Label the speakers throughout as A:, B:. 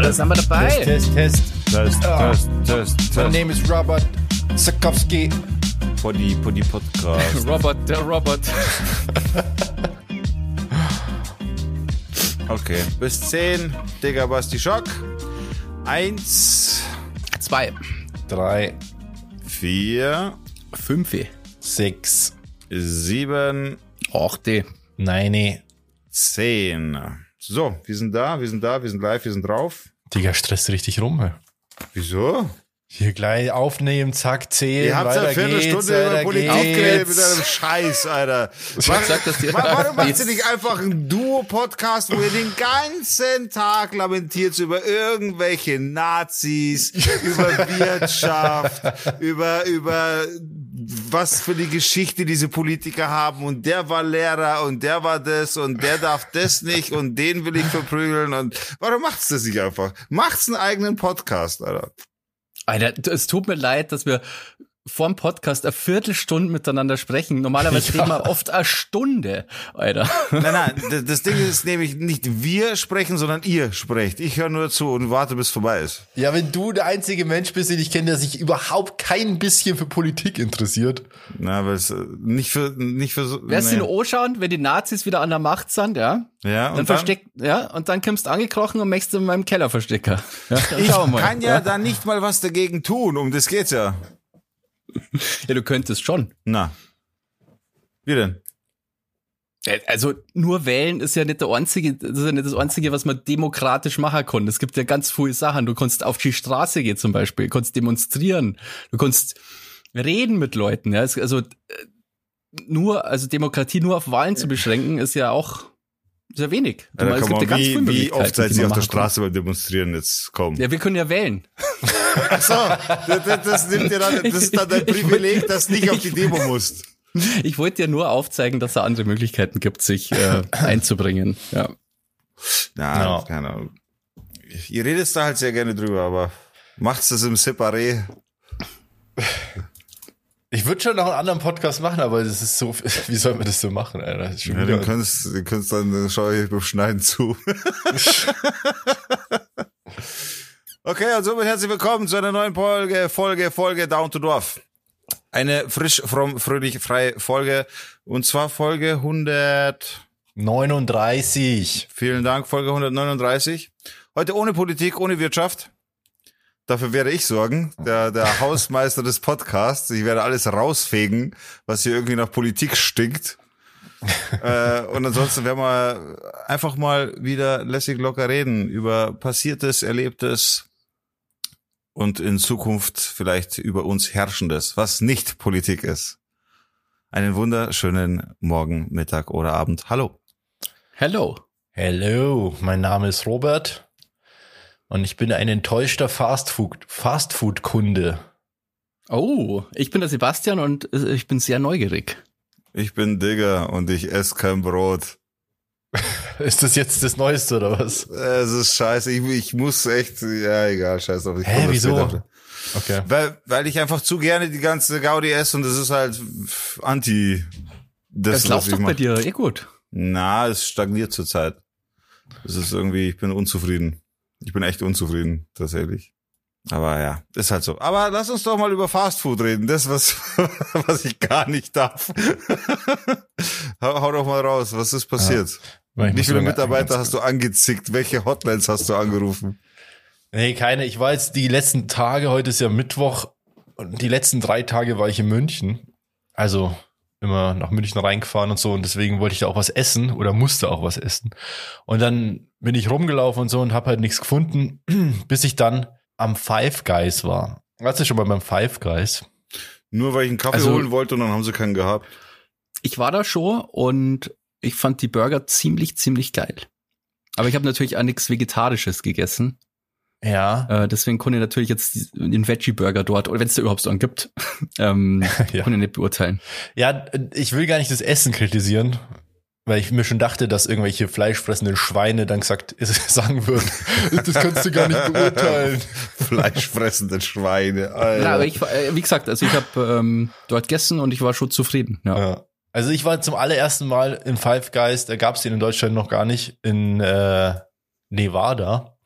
A: Da sind wir dabei.
B: Test.
C: My name is Robert Sakowski.
B: Poddy Podcast.
A: Robert, der Robert.
B: Okay, bis 10. Digga, Basti Schock. 1,
A: 2,
C: 3,
B: 4,
A: 5,
C: 6,
B: 7,
A: 8.
C: 9.
B: 10. So, wir sind da, wir sind live, wir sind drauf.
C: Digga, stresst richtig rum. Hä?
B: Wieso?
C: Hier gleich aufnehmen, zack, zählen,
B: Ihr habt ja
C: weiter
B: eine Viertelstunde über Politik geredet mit einem Scheiß, Alter. Warum macht ihr nicht einfach einen Duo-Podcast, wo ihr den ganzen Tag lamentiert über irgendwelche Nazis, über Wirtschaft, über was für die Geschichte diese Politiker haben und der war Lehrer und der war das und der darf das nicht und den will ich verprügeln und warum macht's das nicht einfach? Macht's einen eigenen Podcast, Alter.
A: Alter, es tut mir leid, dass wir vor dem Podcast eine Viertelstunde miteinander sprechen. Normalerweise reden wir oft eine Stunde, Alter.
B: Nein, das Ding ist nämlich nicht wir sprechen, sondern ihr sprecht. Ich höre nur zu und warte, bis es vorbei ist.
C: Ja, wenn du der einzige Mensch bist, den ich kenne, der sich überhaupt kein bisschen für Politik interessiert.
B: Na, weil es nicht für so.
A: Wärst du nur anschauen, wenn die Nazis wieder an der Macht sind, ja?
B: Ja, und
A: dann versteckt, ja, und dann kommst du angekrochen und möchtest in meinem Keller verstecken. Ja,
B: ich kann ja da nicht mal was dagegen tun, um das geht's ja.
A: Ja, du könntest schon.
B: Na. Wie denn?
A: Also nur wählen ist ja nicht das Einzige, was man demokratisch machen kann. Es gibt ja ganz viele Sachen. Du kannst auf die Straße gehen zum Beispiel, du kannst demonstrieren, du kannst reden mit Leuten. Ja, also Demokratie nur auf Wahlen zu beschränken, ist ja auch sehr wenig.
B: Ja,
A: es gibt ja ganz viele Möglichkeiten.
B: Wie oft seid ihr auf der Straße beim Demonstrieren jetzt kommen?
A: Ja, wir können ja wählen.
B: Ach so, das nimmt dir dann, das ist dann dein Privileg, dass du nicht auf die Demo musst.
A: Ich wollte ja nur aufzeigen, dass es andere Möglichkeiten gibt, sich einzubringen. Ja.
B: Na, keine Ahnung. Ihr redet da halt sehr gerne drüber, aber macht's das im Separé?
C: Ich würde schon noch einen anderen Podcast machen, aber das ist so, wie soll man das so machen, Alter? Das ist schon
B: den könntest dann, schau ich beim Schneiden zu. Okay, und somit herzlich willkommen zu einer neuen Folge Down to Dorf. Eine frisch, fromm, fröhlich, frei Folge. Und zwar Folge
C: 139.
B: Vielen Dank, Folge 139. Heute ohne Politik, ohne Wirtschaft. Dafür werde ich sorgen, der Hausmeister des Podcasts. Ich werde alles rausfegen, was hier irgendwie nach Politik stinkt. Und ansonsten werden wir einfach mal wieder lässig locker reden über Passiertes, Erlebtes und in Zukunft vielleicht über uns Herrschendes, was nicht Politik ist. Einen wunderschönen Morgen, Mittag oder Abend. Hallo.
A: Hello.
C: Hello, mein Name ist Robert. Und ich bin ein enttäuschter Fastfood-Kunde.
A: Oh, ich bin der Sebastian und ich bin sehr neugierig.
B: Ich bin Digger und ich esse kein Brot.
C: Ist das jetzt das Neueste oder was?
B: Es ist scheiße, ich muss echt, ja egal, scheiß auf.
C: Wieso? Okay.
B: Weil ich einfach zu gerne die ganze Gaudi esse und das ist halt anti.
A: Das läuft doch bei dir gut.
B: Na, es stagniert zurzeit. Es ist irgendwie, ich bin unzufrieden. Ich bin echt unzufrieden, tatsächlich. Aber ja, ist halt so. Aber lass uns doch mal über Fastfood reden. Das, was ich gar nicht darf. Hau doch mal raus. Was ist passiert? Ja, wie viele Mitarbeiter hast du angezickt? Welche Hotlines hast du angerufen?
C: Nee, keine. Ich war jetzt die letzten Tage, heute ist ja Mittwoch, und die letzten 3 Tage war ich in München. Also immer nach München reingefahren und so, und deswegen wollte ich da auch was essen oder musste auch was essen. Und dann bin ich rumgelaufen und so und habe halt nichts gefunden, bis ich dann am Five Guys war. Warst du schon mal beim Five Guys?
B: Nur weil ich einen Kaffee holen wollte und dann haben sie keinen gehabt.
A: Ich war da schon und ich fand die Burger ziemlich geil. Aber ich habe natürlich auch nichts Vegetarisches gegessen.
C: Ja.
A: Deswegen konnte ich natürlich jetzt den Veggie-Burger dort, oder wenn es da überhaupt so einen gibt, konnte ich nicht beurteilen.
C: Ja, ich will gar nicht das Essen kritisieren, weil ich mir schon dachte, dass irgendwelche fleischfressenden Schweine dann sagen würden, das kannst du gar nicht beurteilen.
B: Fleischfressende Schweine, Alter.
A: Ja, aber wie gesagt, also ich habe dort gegessen und ich war schon zufrieden. Ja.
C: Also ich war zum allerersten Mal in Five Guys, da gab es den in Deutschland noch gar nicht, in Nevada.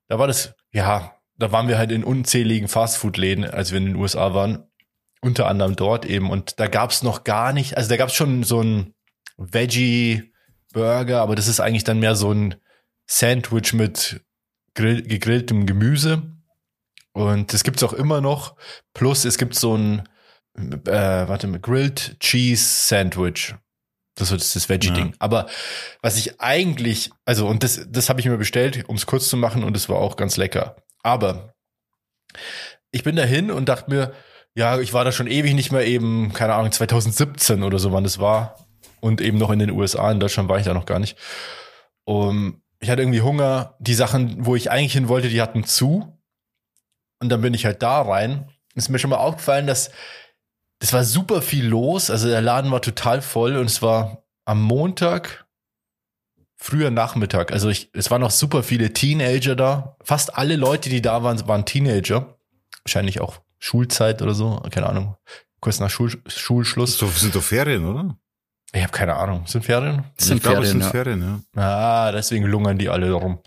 C: da war das, ja, da waren wir halt in unzähligen Fastfood-Läden, als wir in den USA waren. Unter anderem dort eben. Und da gab's noch gar nicht, also da gab's schon so ein Veggie-Burger, aber das ist eigentlich dann mehr so ein Sandwich mit gegrilltem Gemüse. Und das gibt's auch immer noch. Plus es gibt so ein Grilled Cheese Sandwich. Das ist das Veggie-Ding. Aber was ich eigentlich, also und das habe ich mir bestellt, um es kurz zu machen, und es war auch ganz lecker. Aber ich bin dahin und dachte mir, ja, ich war da schon ewig nicht mehr eben, keine Ahnung, 2017 oder so, wann das war. Und eben noch in den USA, in Deutschland war ich da noch gar nicht. Ich hatte irgendwie Hunger. Die Sachen, wo ich eigentlich hin wollte, die hatten zu. Und dann bin ich halt da rein. Ist mir schon mal aufgefallen, dass das war super viel los. Also der Laden war total voll und es war am Montag, früher Nachmittag. Also es waren noch super viele Teenager da. Fast alle Leute, die da waren Teenager. Wahrscheinlich auch Schulzeit oder so. Keine Ahnung. Kurz nach Schulschluss.
B: Das sind doch Ferien, oder?
C: Ich habe keine Ahnung. Sind Ferien?
B: Ich glaube, es sind Ferien, ja.
C: Ah, deswegen lungern die alle rum.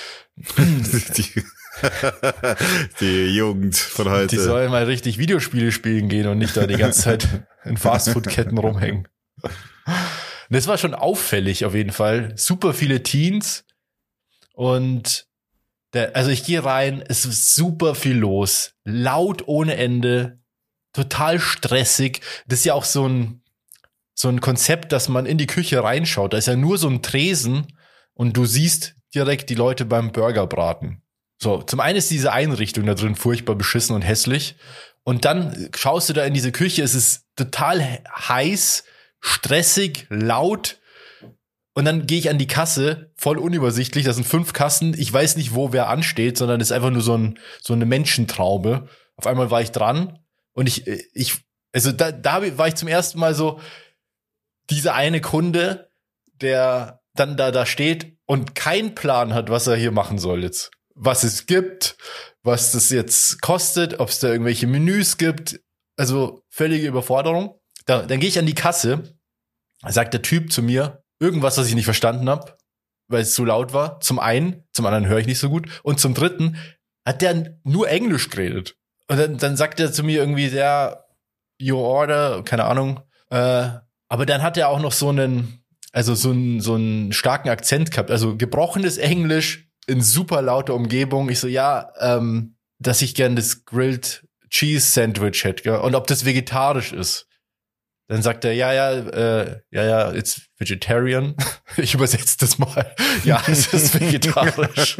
B: Die Jugend von heute.
C: Die sollen mal richtig Videospiele spielen gehen und nicht da die ganze Zeit in Fastfood-Ketten rumhängen. Das war schon auffällig auf jeden Fall. Super viele Teens und also ich gehe rein, es ist super viel los. Laut ohne Ende, total stressig. Das ist ja auch so ein Konzept, dass man in die Küche reinschaut. Da ist ja nur so ein Tresen und du siehst direkt die Leute beim Burger braten. So, zum einen ist diese Einrichtung da drin furchtbar beschissen und hässlich. Und dann schaust du da in diese Küche, es ist total heiß, stressig, laut. Und dann gehe ich an die Kasse, voll unübersichtlich. Das sind 5 Kassen. Ich weiß nicht, wo wer ansteht, sondern es ist einfach nur so eine Menschentraube. Auf einmal war ich dran und da war ich zum ersten Mal so, dieser eine Kunde, der dann da steht und keinen Plan hat, was er hier machen soll jetzt. Was es gibt, was das jetzt kostet, ob es da irgendwelche Menüs gibt. Also völlige Überforderung. Dann gehe ich an die Kasse, sagt der Typ zu mir irgendwas, was ich nicht verstanden habe, weil es zu laut war. Zum einen, zum anderen höre ich nicht so gut. Und zum dritten hat der nur Englisch geredet. Und dann sagt er zu mir irgendwie, ja, your order, keine Ahnung. Aber dann hat er auch noch so einen starken Akzent gehabt. Also gebrochenes Englisch in super lauter Umgebung. Ich so, ja, dass ich gern das Grilled Cheese Sandwich hätte, gell? Und ob das vegetarisch ist. Dann sagt er, ja, it's vegetarian. Ich übersetze das mal. Ja, es ist vegetarisch.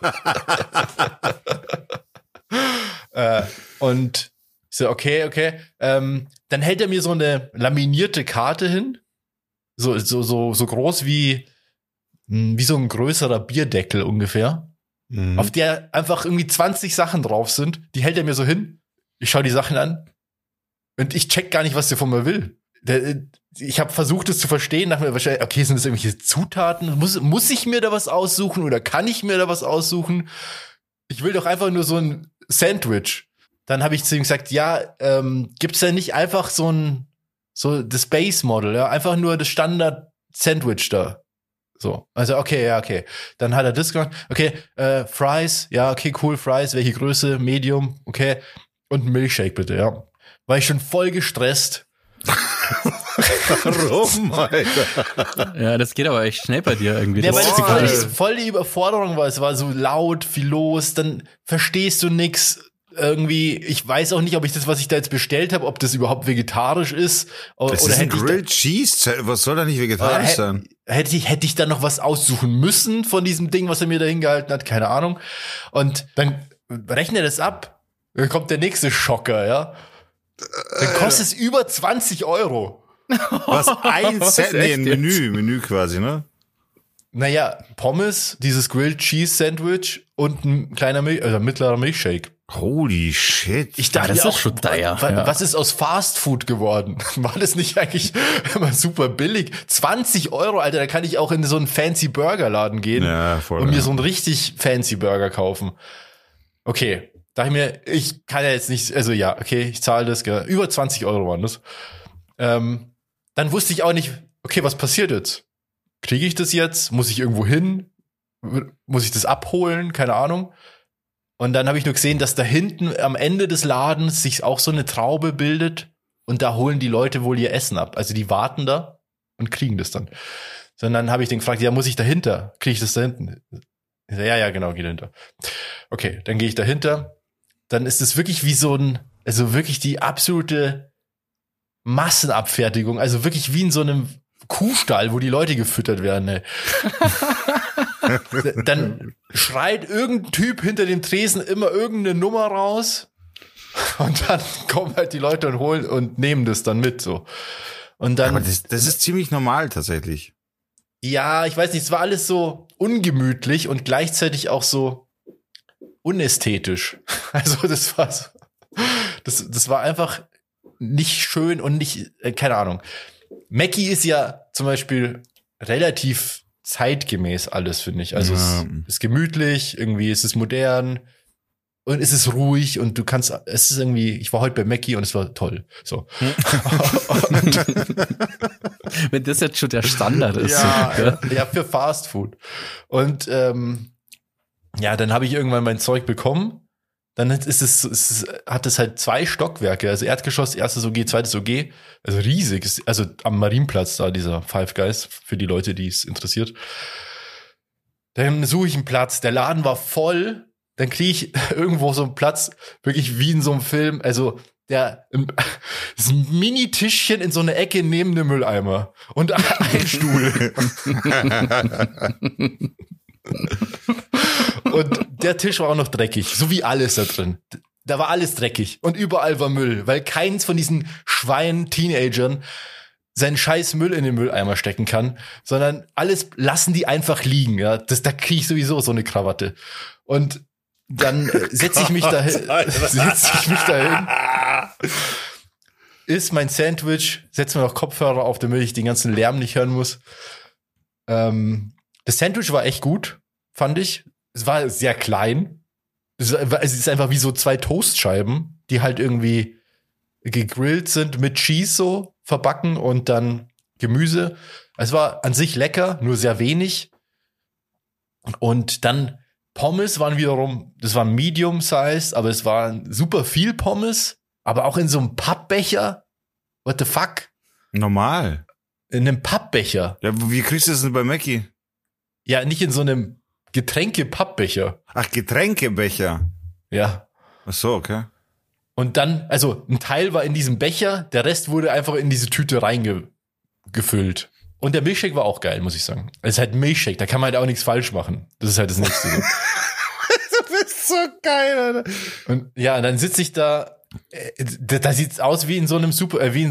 C: Und ich so, okay. Dann hält er mir so eine laminierte Karte hin. So groß wie so ein größerer Bierdeckel ungefähr. Mhm. Auf der einfach irgendwie 20 Sachen drauf sind. Die hält er mir so hin. Ich schaue die Sachen an. Und ich check gar nicht, was der von mir will. Ich habe versucht, es zu verstehen. Dachte mir wahrscheinlich, okay, sind das irgendwelche Zutaten? Muss ich mir da was aussuchen oder kann ich mir da was aussuchen? Ich will doch einfach nur so ein Sandwich. Dann habe ich zu ihm gesagt, ja, gibt's da nicht einfach so das Base Model, ja, einfach nur das Standard Sandwich da. So, also okay. Dann hat er das gemacht. Okay, Fries, ja, okay, cool, Fries, welche Größe, Medium, okay. Und ein Milkshake bitte, ja. War ich schon voll gestresst.
B: Warum, Alter?
A: Ja, das geht aber echt schnell bei dir irgendwie.
C: Ja, weil das voll die Überforderung war. Es war so laut, viel los, dann verstehst du nix. Irgendwie, ich weiß auch nicht, ob ich das, was ich da jetzt bestellt habe, ob das überhaupt vegetarisch ist.
B: Das
C: oder
B: ist ein Grilled Cheese. Was soll da nicht vegetarisch sein?
C: Hätte ich da noch was aussuchen müssen von diesem Ding, was er mir da hingehalten hat? Keine Ahnung. Und dann rechne das ab. Dann kommt der nächste Schocker, ja. Dann kostet es über 20 €.
B: Was? Ein Set? Nee, ein Menü quasi, ne?
C: Naja, Pommes, dieses Grilled Cheese Sandwich und ein kleiner mittlerer Milkshake.
B: Holy shit.
C: Ich dachte,
A: das ist schon teuer.
C: Was ist aus Fast Food geworden? War das nicht eigentlich immer super billig? 20 €, Alter, da kann ich auch in so einen fancy Burgerladen gehen und mir so einen richtig fancy Burger kaufen. Okay, dachte ich mir, ich kann ja jetzt nicht, also ja, okay, ich zahle das, über 20 € waren das. Dann wusste ich auch nicht, okay, was passiert jetzt? Kriege ich das jetzt? Muss ich irgendwo hin? muss ich das abholen, keine Ahnung. Und dann habe ich nur gesehen, dass da hinten am Ende des Ladens sich auch so eine Traube bildet und da holen die Leute wohl ihr Essen ab. Also die warten da und kriegen das dann. Sondern habe ich den gefragt, ja, muss ich dahinter? Kriege ich das da hinten? Ich so, ja, genau, geh dahinter. Okay, dann gehe ich dahinter. Dann ist es wirklich wie also wirklich die absolute Massenabfertigung. Also wirklich wie in so einem Kuhstall, wo die Leute gefüttert werden. Ey. Dann schreit irgendein Typ hinter dem Tresen immer irgendeine Nummer raus und dann kommen halt die Leute und holen und nehmen das dann mit so. Und dann,
B: aber das ist ziemlich normal tatsächlich.
C: Ja, ich weiß nicht, es war alles so ungemütlich und gleichzeitig auch so unästhetisch. Also das war einfach nicht schön und nicht, keine Ahnung. Mackie ist ja zum Beispiel relativ zeitgemäß alles, finde ich. Also es ist gemütlich, irgendwie ist es modern und es ist ruhig und es ist irgendwie, ich war heute bei Mackie und es war toll. So.
A: Wenn das jetzt schon der Standard ist.
C: Ja, für Fast Food. Und dann habe ich irgendwann mein Zeug bekommen. Dann hat es halt 2 Stockwerke, also Erdgeschoss, erstes OG, zweites OG, also riesig, also am Marienplatz da, dieser Five Guys, für die Leute, die es interessiert. Dann suche ich einen Platz, der Laden war voll, dann kriege ich irgendwo so einen Platz, wirklich wie in so einem Film, also das ist ein Mini-Tischchen in so einer Ecke neben dem Mülleimer und ein Stuhl. Und der Tisch war auch noch dreckig, so wie alles da drin. Da war alles dreckig und überall war Müll, weil keins von diesen Schweinen-Teenagern seinen scheiß Müll in den Mülleimer stecken kann, sondern alles lassen die einfach liegen. Ja, da kriege ich sowieso so eine Krawatte. Und dann setze ich mich dahin, isst mein Sandwich, setze mir noch Kopfhörer auf, damit ich den ganzen Lärm nicht hören muss. Das Sandwich war echt gut, fand ich. Es war sehr klein. Es ist einfach wie so 2 Toastscheiben, die halt irgendwie gegrillt sind mit Cheese so verbacken und dann Gemüse. Es war an sich lecker, nur sehr wenig. Und dann Pommes waren wiederum, das war medium-sized, aber es waren super viel Pommes, aber auch in so einem Pappbecher. What the fuck?
B: Normal.
C: In einem Pappbecher.
B: Ja, wie kriegst du das denn bei Mackie?
C: Ja, nicht in so einem Getränke-Pappbecher.
B: Ach, Getränkebecher.
C: Ja.
B: Ach so, okay.
C: Und dann, also ein Teil war in diesem Becher, der Rest wurde einfach in diese Tüte reingefüllt. Und der Milchshake war auch geil, muss ich sagen. Es ist halt ein Milchshake, da kann man halt auch nichts falsch machen. Das ist halt das Nächste.
B: Du bist so geil, Alter.
C: Und ja, dann sitze ich da sieht's aus wie in so einem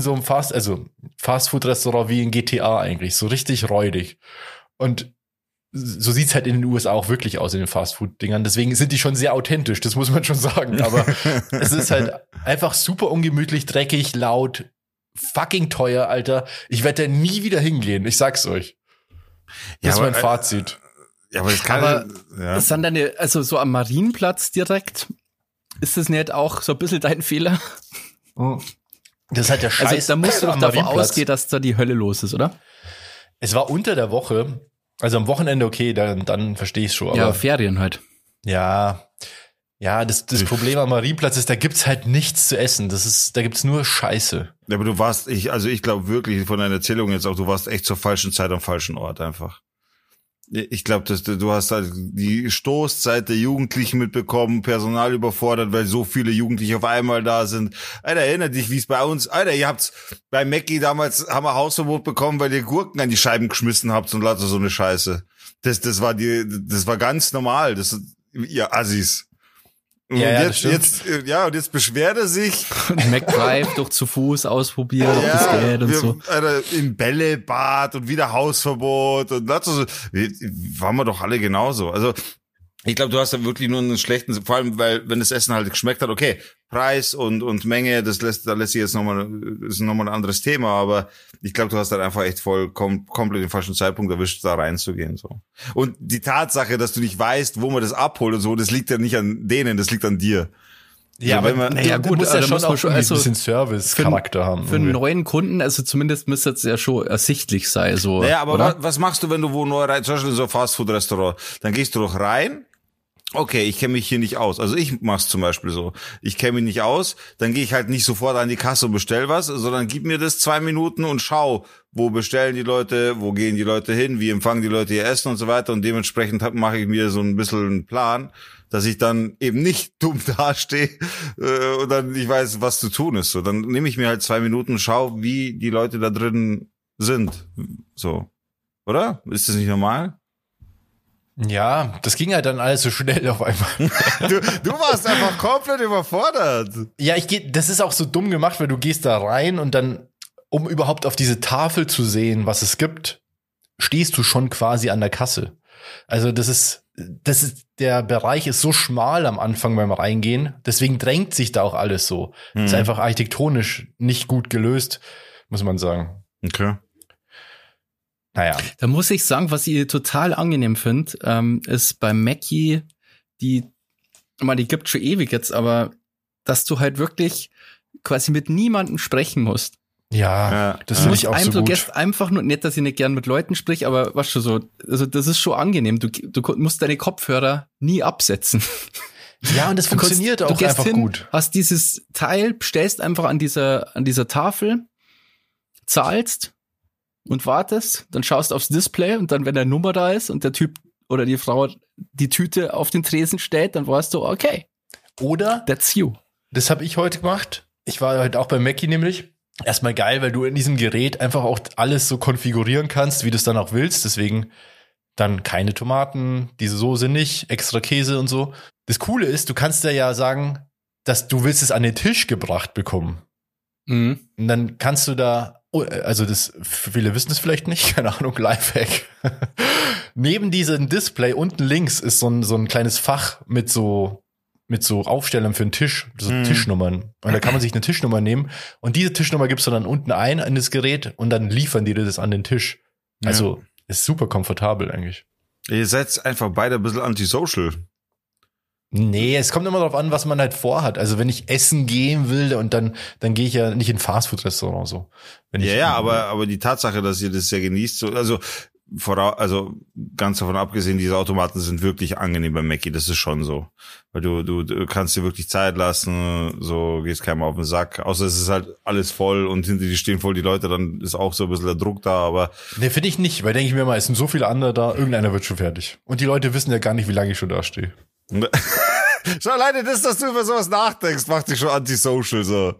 C: Fastfood-Restaurant wie in GTA eigentlich. So richtig räudig. Und so sieht's halt in den USA auch wirklich aus in den Fastfood-Dingern. Deswegen sind die schon sehr authentisch, das muss man schon sagen. Aber es ist halt einfach super ungemütlich, dreckig, laut, fucking teuer, Alter. Ich werde da nie wieder hingehen, ich sag's euch. Das ist mein Fazit.
B: Ja, aber
A: das sind deine, also so am Marienplatz direkt, ist das nicht auch so ein bisschen dein Fehler?
C: Das ist halt der Scheiß.
A: Also da musst du doch davon ausgehen, dass da die Hölle los ist, oder?
C: Es war unter der Woche. Also am Wochenende okay, dann verstehe ich schon. Aber
A: ja, Ferien halt.
C: Ja, das Problem am Marienplatz ist, da gibt's halt nichts zu essen. Da gibt's nur Scheiße.
B: Ja, aber ich glaube wirklich von deiner Erzählung jetzt auch, du warst echt zur falschen Zeit am falschen Ort einfach. Ich glaube, du hast halt die Stoßzeit der Jugendlichen mitbekommen, Personal überfordert, weil so viele Jugendliche auf einmal da sind. Alter, erinnert dich, wie es bei uns, Alter, ihr habt's bei Mackie damals, haben wir Hausverbot bekommen, weil ihr Gurken an die Scheiben geschmissen habt und lauter so eine Scheiße. Das war ganz normal, ihr Assis. Und jetzt beschwert er sich.
A: McDrive doch zu Fuß ausprobiert, ob das geht und so.
B: Alter, im Bällebad und wieder Hausverbot und so. Waren wir doch alle genauso. Also, ich glaube, du hast da wirklich nur einen schlechten, vor allem, weil, wenn das Essen halt geschmeckt hat, okay, Preis und Menge, da lässt sich jetzt ist nochmal ein anderes Thema, aber ich glaube, du hast halt einfach echt komplett den falschen Zeitpunkt erwischt, da reinzugehen, so. Und die Tatsache, dass du nicht weißt, wo man das abholt und so, das liegt ja nicht an denen, das liegt an dir.
C: Ja,
B: Also
C: aber
A: naja,
C: du
A: gut,
C: musst
A: aber
C: ja
A: da
C: schon
A: muss man
C: auch
A: schon-
C: ein
A: also
C: bisschen Service-Charakter haben.
A: Für einen
C: irgendwie.
A: neuen Kunden, also zumindest müsste es ja schon ersichtlich sein, so.
B: Naja, aber
A: oder?
B: was machst du, wenn du wo neu rein, zum Beispiel in so ein Fastfood-Restaurant, dann gehst du doch rein. Okay, ich kenne mich hier nicht aus. Also ich mach's zum Beispiel so. Ich kenne mich nicht aus, dann gehe ich halt nicht sofort an die Kasse und bestell was, sondern gib mir das 2 Minuten und schau, wo bestellen die Leute, wo gehen die Leute hin, wie empfangen die Leute ihr Essen und so weiter. Und dementsprechend mache ich mir so ein bisschen einen Plan, dass ich dann eben nicht dumm dastehe und dann nicht weiß, was zu tun ist. So, dann nehme ich mir halt 2 Minuten und schau, wie die Leute da drin sind. So. Oder? Ist das nicht normal?
C: Ja, das ging halt dann alles so schnell auf einmal.
B: Du warst einfach komplett überfordert.
C: Ja, das ist auch so dumm gemacht, weil du gehst da rein und dann, um überhaupt auf diese Tafel zu sehen, was es gibt, stehst du schon quasi an der Kasse. Also der Bereich ist so schmal am Anfang beim Reingehen, deswegen drängt sich da auch alles so. Ist einfach architektonisch nicht gut gelöst, muss man sagen.
B: Okay.
C: Naja.
A: Da muss ich sagen, was ich total angenehm finde, ist bei Mackie, die gibt schon ewig jetzt, aber dass du halt wirklich quasi mit niemandem sprechen musst.
C: Ja, das
A: Du
C: finde
A: musst
C: ich auch so
A: du
C: gut.
A: gehst einfach nur, nicht, dass ich nicht gern mit Leuten sprich, aber weißt du so, also das ist schon angenehm. Du musst deine Kopfhörer nie absetzen.
C: Ja, und das funktioniert
A: du
C: auch
A: gehst
C: einfach
A: hin,
C: gut.
A: Hast dieses Teil, stellst einfach an dieser Tafel, zahlst und wartest, dann schaust aufs Display und dann, wenn der Nummer da ist und der Typ oder die Frau die Tüte auf den Tresen stellt, dann weißt du, okay,
C: Oder,
A: that's you.
C: das habe ich heute gemacht. Ich war heute auch bei Mackie nämlich. Erstmal geil, weil du in diesem Gerät einfach auch alles so konfigurieren kannst, wie du es dann auch willst. Deswegen dann keine Tomaten, diese Soße nicht, extra Käse und so. Das Coole ist, du kannst ja sagen, dass du willst es an den Tisch gebracht bekommen.
A: Mhm.
C: Und dann kannst du da, also das, viele wissen das vielleicht nicht, keine Ahnung, Lifehack. Neben diesem Display unten links ist so ein kleines Fach mit so Aufstellern für einen Tisch, so Tischnummern. Und da kann man sich eine Tischnummer nehmen und diese Tischnummer gibst du dann unten ein in das Gerät und dann liefern die dir das an den Tisch. Also ist super komfortabel eigentlich.
B: Ihr seid einfach beide ein bisschen antisocial.
C: Nee, es kommt immer darauf an, was man halt vorhat. Also wenn ich essen gehen will und dann gehe ich ja nicht in ein Fastfood-Restaurant so.
B: Aber die Tatsache, dass ihr das ja genießt, so, also ganz davon abgesehen, diese Automaten sind wirklich angenehm bei Mackie, das ist schon so. Weil du kannst dir wirklich Zeit lassen, so gehst keinem auf den Sack, außer es ist halt alles voll und hinter dir stehen voll die Leute, dann ist auch so ein bisschen der Druck da, aber.
C: Nee, finde ich nicht, weil denke ich mir mal, es sind so viele andere da, irgendeiner wird schon fertig. Und die Leute wissen ja gar nicht, wie lange ich schon da stehe.
B: Schon alleine das, dass du über sowas nachdenkst, macht dich schon antisocial, so.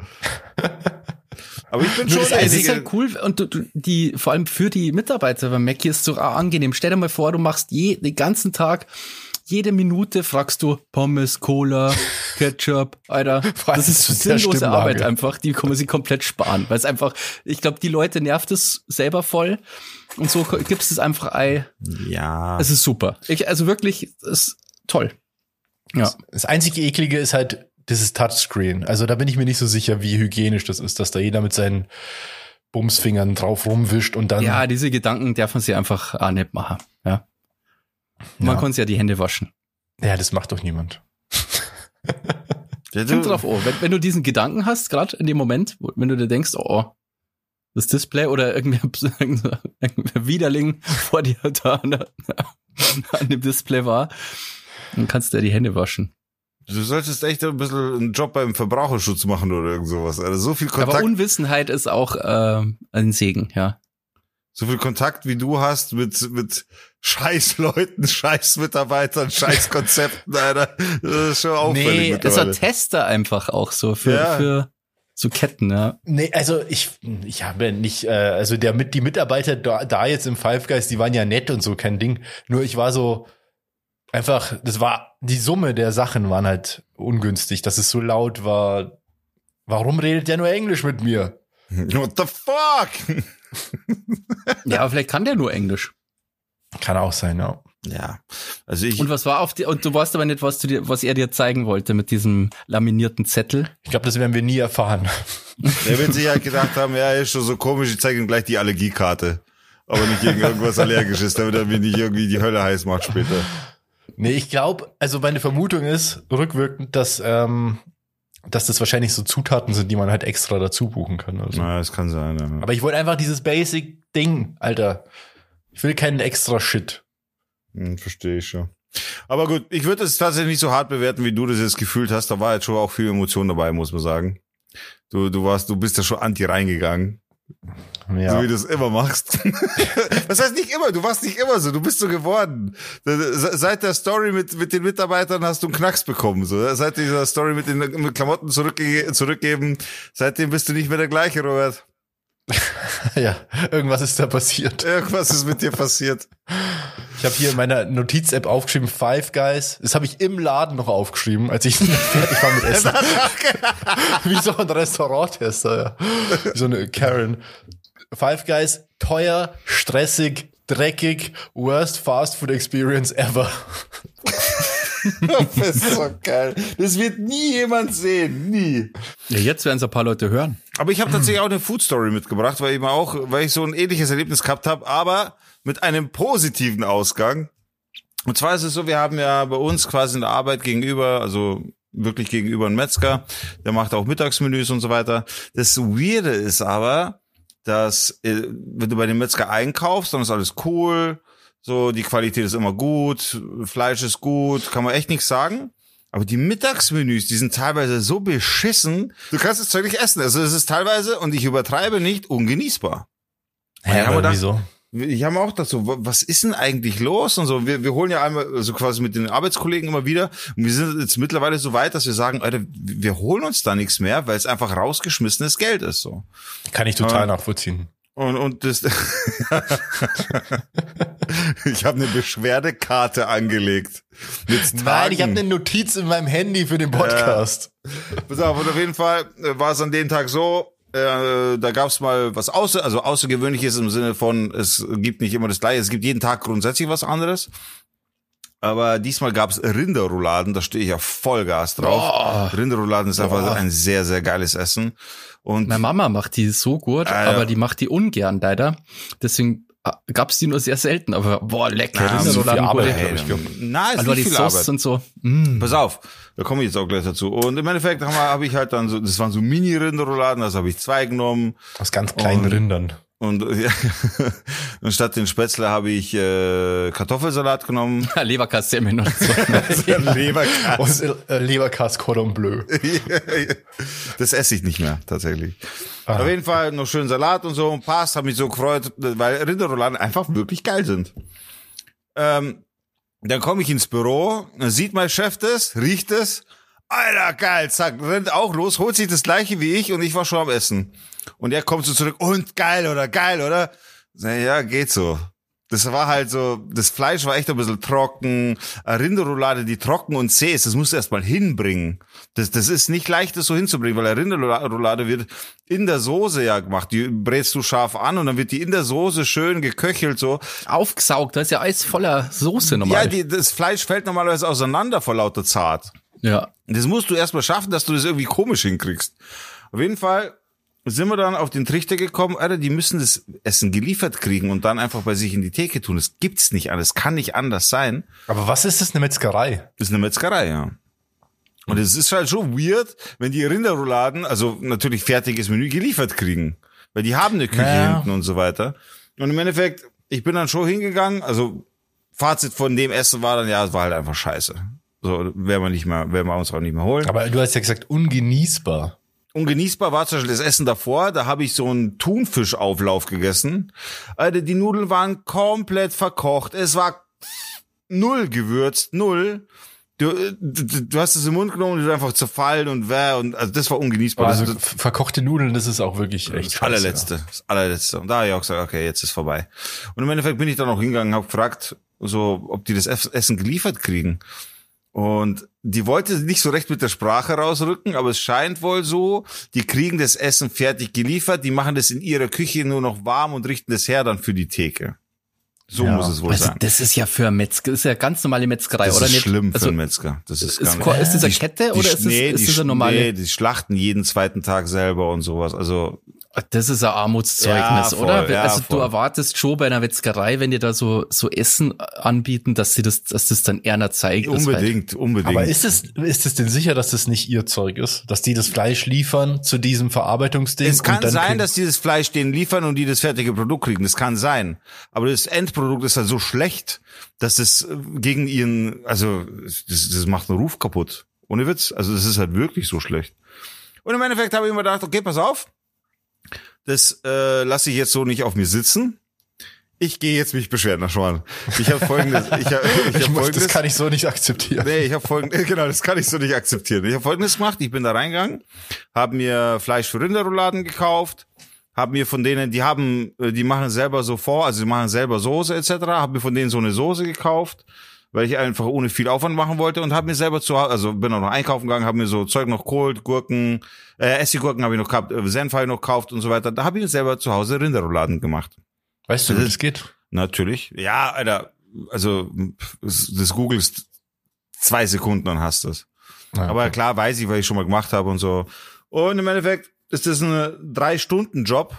B: Aber ich bin schon
A: Es ist halt cool und die vor allem für die Mitarbeiter bei Mackie ist es so angenehm. Stell dir mal vor, du machst den ganzen Tag, jede Minute fragst du Pommes, Cola, Ketchup, Alter. Das ist so sinnlose Arbeit einfach, die kann man sich komplett sparen. Weil es einfach, ich glaube, die Leute nervt es selber voll und so gibst es einfach Ei.
B: Ja.
A: Es ist super. Also wirklich, es ist toll. Ja.
C: Das einzige Eklige ist halt dieses Touchscreen. Also da bin ich mir nicht so sicher, wie hygienisch das ist, dass da jeder mit seinen Bumsfingern drauf rumwischt und dann.
A: Ja, diese Gedanken darf man sich einfach auch nicht machen. Ja. Man kann sich ja die Hände waschen.
C: Ja, das macht doch niemand.
A: Kommt drauf an. Wenn du diesen Gedanken hast, gerade in dem Moment, wenn du dir denkst, oh, das Display oder irgendwer Widerling vor dir da an dem Display war, dann kannst du ja die Hände waschen.
B: Du solltest echt ein bisschen einen Job beim Verbraucherschutz machen oder irgend sowas. Also so viel Kontakt.
A: Aber Unwissenheit ist auch ein Segen, ja.
B: So viel Kontakt wie du hast mit Scheißleuten, Scheißmitarbeitern, Scheißkonzepten, Alter. Das ist schon auffällig.
A: Nee, es war Tester einfach auch so für so Ketten, ja.
C: Nee, also ich habe nicht, also die Mitarbeiter da jetzt im Five Guys, die waren ja nett und so, kein Ding. Nur ich war so einfach, das war, die Summe der Sachen waren halt ungünstig, dass es so laut war. Warum redet der nur Englisch mit mir?
B: What the fuck?
A: Ja, aber vielleicht kann der nur Englisch.
C: Kann auch sein, ja.
B: Ja, also
A: Und was war und du weißt aber nicht, was er dir zeigen wollte mit diesem laminierten Zettel.
C: Ich glaube, das werden wir nie erfahren.
B: Der wird sich halt gedacht haben, ja, ist schon so komisch, ich zeige ihm gleich die Allergiekarte. Aber nicht gegen irgendwas Allergisches, damit er mir nicht irgendwie die Hölle heiß macht später.
C: Nee, ich glaube, also meine Vermutung ist rückwirkend, dass dass das wahrscheinlich so Zutaten sind, die man halt extra dazu buchen kann. Also.
B: Na, das kann sein, ja.
C: Aber ich wollte einfach dieses Basic-Ding, Alter. Ich will keinen extra Shit.
B: Verstehe ich schon. Aber gut, ich würde es tatsächlich nicht so hart bewerten, wie du das jetzt gefühlt hast. Da war jetzt schon auch viel Emotion dabei, muss man sagen. Du bist ja schon anti reingegangen.
C: Ja.
B: So wie du es immer machst. Was heißt nicht immer? Du warst nicht immer so. Du bist so geworden. Seit der Story mit den Mitarbeitern hast du einen Knacks bekommen. So. Seit dieser Story mit den Klamotten zurückgeben, seitdem bist du nicht mehr der gleiche, Robert.
C: Ja, irgendwas ist da passiert.
B: Irgendwas ist mit dir passiert.
C: Ich habe hier in meiner Notiz-App aufgeschrieben, Five Guys. Das habe ich im Laden noch aufgeschrieben, als ich fertig war mit Essen. Wie so ein Restauranttester, ja. Wie so eine Karen. Five Guys, teuer, stressig, dreckig, worst Fast Food Experience ever.
B: Das ist so geil. Das wird nie jemand sehen. Nie.
A: Ja, jetzt werden es ein paar Leute hören.
B: Aber ich habe tatsächlich auch eine Food Story mitgebracht, weil ich so ein ähnliches Erlebnis gehabt habe, aber mit einem positiven Ausgang. Und zwar ist es so, wir haben ja bei uns quasi in der Arbeit gegenüber, also wirklich gegenüber einen Metzger, der macht auch Mittagsmenüs und so weiter. Das Weirde ist aber, dass wenn du bei dem Metzger einkaufst, dann ist alles cool, so die Qualität ist immer gut, Fleisch ist gut, kann man echt nichts sagen. Aber die Mittagsmenüs, die sind teilweise so beschissen, du kannst es zwar nicht essen. Also es ist teilweise, und ich übertreibe nicht, ungenießbar.
C: Wieso?
B: Ich habe auch gedacht, so, was ist denn eigentlich los? Und so, wir holen ja einmal, so quasi mit den Arbeitskollegen immer wieder. Und wir sind jetzt mittlerweile so weit, dass wir sagen, Alter, wir holen uns da nichts mehr, weil es einfach rausgeschmissenes Geld ist, so.
C: Kann ich total nachvollziehen.
B: Und das, ich habe eine Beschwerdekarte angelegt.
C: Nein, ich habe eine Notiz in meinem Handy für den Podcast.
B: Pass auf, und auf jeden Fall war es an dem Tag so, da gab's mal was Außergewöhnliches im Sinne von, es gibt nicht immer das Gleiche, es gibt jeden Tag grundsätzlich was anderes. Aber diesmal gab's Rinderrouladen, da stehe ich ja Vollgas drauf. Rinderrouladen ist einfach ein sehr, sehr geiles Essen. Und
A: meine Mama macht die so gut, aber die macht die ungern leider. Deswegen gab's die nur sehr selten, aber lecker.
B: Ja,
A: Rinderrouladen,
B: na, ist
A: also
B: nicht
A: die
B: viel
A: Sauce
B: Arbeit.
A: und so.
B: Pass auf, da komme ich jetzt auch gleich dazu. Und im Endeffekt habe ich halt dann so, das waren so Mini-Rinderrouladen, also habe ich 2 genommen.
C: Aus ganz kleinen Rindern.
B: Und und statt den Spätzle habe ich Kartoffelsalat genommen.
A: Leberkassemmeln und so.
B: Leberkas.
C: Und Leberkas Cordon Bleu.
B: Das esse ich nicht mehr, tatsächlich. Auf jeden Fall noch schön Salat und so. Und passt, habe mich so gefreut, weil Rinderrouladen einfach wirklich geil sind. Dann komme ich ins Büro, dann sieht mein Chef das, riecht es. Alter, geil, zack, rennt auch los, holt sich das Gleiche wie ich und ich war schon am Essen. Und er kommt so zurück, und geil, oder? Ja, geht so. Das war halt so, das Fleisch war echt ein bisschen trocken. Eine Rinderroulade, die trocken und zäh ist, das musst du erst mal hinbringen. Das ist nicht leicht, das so hinzubringen, weil eine Rinderroulade wird in der Soße ja gemacht. Die brätst du scharf an und dann wird die in der Soße schön geköchelt so.
A: Aufgesaugt, da ist ja alles voller Soße normal.
B: Ja, das Fleisch fällt normalerweise auseinander vor lauter Zart.
A: Ja.
B: Das musst du erst mal schaffen, dass du das irgendwie komisch hinkriegst. Auf jeden Fall sind wir dann auf den Trichter gekommen, Alter, die müssen das Essen geliefert kriegen und dann einfach bei sich in die Theke tun. Das gibt's nicht anders, kann nicht anders sein.
C: Aber was ist das, eine Metzgerei?
B: Das ist eine Metzgerei, ja. Und es ist halt schon weird, wenn die Rinderrouladen, also natürlich fertiges Menü, geliefert kriegen. Weil die haben eine Küche hinten und so weiter. Und im Endeffekt, ich bin dann schon hingegangen, also Fazit von dem Essen war dann, ja, es war halt einfach scheiße. So, werden wir uns auch nicht mehr holen.
C: Aber du hast ja gesagt, ungenießbar.
B: Ungenießbar war zum Beispiel das Essen davor, da habe ich so einen Thunfischauflauf gegessen. Alter, die Nudeln waren komplett verkocht, es war null gewürzt, null. Du hast es im Mund genommen und ist einfach zerfallen und also das war ungenießbar.
C: Also verkochte Nudeln, das ist auch wirklich echt scheiße.
B: Das allerletzte. Und da habe ich auch gesagt, okay, jetzt ist vorbei. Und im Endeffekt bin ich dann auch hingegangen, habe gefragt, so, ob die das Essen geliefert kriegen. Und die wollte nicht so recht mit der Sprache rausrücken, aber es scheint wohl so, die kriegen das Essen fertig geliefert, die machen das in ihrer Küche nur noch warm und richten das her dann für die Theke. So muss es wohl sein.
A: Das ist ja für Metzger, das ist ja ganz normale Metzgerei,
B: das
A: oder
B: ist
A: nicht?
B: Schlimm für einen Metzger. Das ist gar nicht.
A: Ist das eine Kette oder ist das eine normale?
B: Nee, die schlachten jeden zweiten Tag selber und sowas. Also
A: Das ist ein Armutszeugnis,
B: Ja, voll,
A: oder?
B: ja,
A: Also
B: voll.
A: du erwartest schon bei einer Metzgerei, wenn die da so Essen anbieten, dass das dann eher zeigt.
B: Unbedingt.
C: Aber ist es denn sicher, dass das nicht ihr Zeug ist? Dass die das Fleisch liefern zu diesem Verarbeitungsding?
B: Es kann
C: und dann
B: sein, dass die das Fleisch denen liefern und die das fertige Produkt kriegen. Das kann sein. Aber das Endprodukt ist halt so schlecht, dass es gegen ihren, also das macht einen Ruf kaputt. Ohne Witz. Also das ist halt wirklich so schlecht. Und im Endeffekt habe ich mir gedacht, okay, pass auf. Das lasse ich jetzt so nicht auf mir sitzen. Ich gehe jetzt mich beschweren, nach Schwan. Ich habe folgendes.
C: das kann ich so nicht akzeptieren.
B: Nee, ich habe folgendes. Genau, das kann ich so nicht akzeptieren. Ich habe folgendes gemacht. Ich bin da reingegangen, habe mir Fleisch für Rinderrouladen gekauft, habe mir von denen, die machen selber so also die machen selber Soße etc. Habe mir von denen so eine Soße gekauft, weil ich einfach ohne viel Aufwand machen wollte und habe mir selber bin auch noch einkaufen gegangen, habe mir so Zeug noch geholt, Gurken, Essiggurken habe ich noch gehabt, Senf habe ich noch gekauft und so weiter. Da habe ich mir selber zu Hause Rinderrouladen gemacht.
C: Weißt du, wie das geht?
B: Natürlich. Ja, Alter, also das googelst 2 Sekunden und hast das.
C: Ja, okay.
B: Aber klar weiß ich, weil ich schon mal gemacht habe und so. Und im Endeffekt ist das ein 3-Stunden-Job,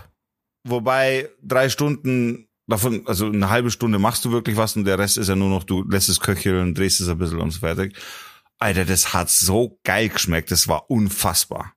B: wobei 3 Stunden davon, also eine halbe Stunde machst du wirklich was und der Rest ist ja nur noch, du lässt es köcheln, drehst es ein bisschen und so fertig. Alter, das hat so geil geschmeckt, das war unfassbar.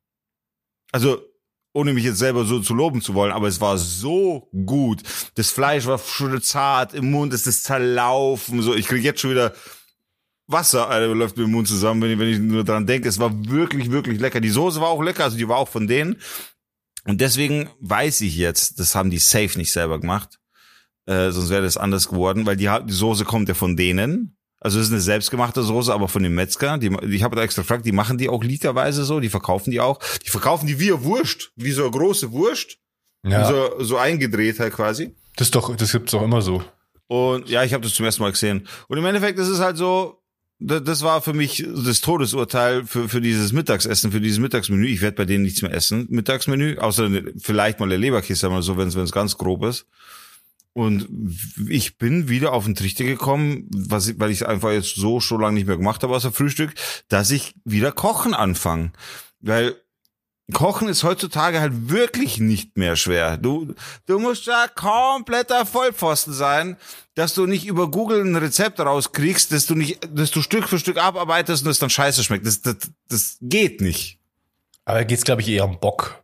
B: Also, ohne mich jetzt selber so zu loben zu wollen, aber es war so gut. Das Fleisch war schon zart, im Mund ist es zerlaufen, so. Ich krieg jetzt schon wieder Wasser, Alter, läuft mir im Mund zusammen, wenn ich nur dran denke. Es war wirklich, wirklich lecker. Die Soße war auch lecker, also die war auch von denen. Und deswegen weiß ich jetzt, das haben die safe nicht selber gemacht. Sonst wäre das anders geworden, weil die Soße kommt ja von denen. Also es ist eine selbstgemachte Soße, aber von dem Metzger. Ich habe da extra gefragt, die machen die auch literweise so, die verkaufen die auch. Die verkaufen die wie eine Wurst, wie so eine große Wurst.
C: Ja.
B: So eingedreht halt quasi.
C: Das gibt's doch immer so.
B: Und ja, ich habe das zum ersten Mal gesehen. Und im Endeffekt ist es halt so, das war für mich das Todesurteil für dieses Mittagsessen, für dieses Mittagsmenü. Ich werde bei denen nichts mehr essen, Mittagsmenü, außer vielleicht mal der Leberkäse, mal so, wenn es ganz grob ist. Und ich bin wieder auf den Trichter gekommen, weil ich es einfach jetzt so schon lange nicht mehr gemacht habe außer Frühstück, dass ich wieder kochen anfange. Weil Kochen ist heutzutage halt wirklich nicht mehr schwer. Du musst da kompletter Vollpfosten sein, dass du nicht über Google ein Rezept rauskriegst, dass du Stück für Stück abarbeitest und es dann scheiße schmeckt. Das geht nicht.
C: Aber da geht's, glaube ich, eher um Bock.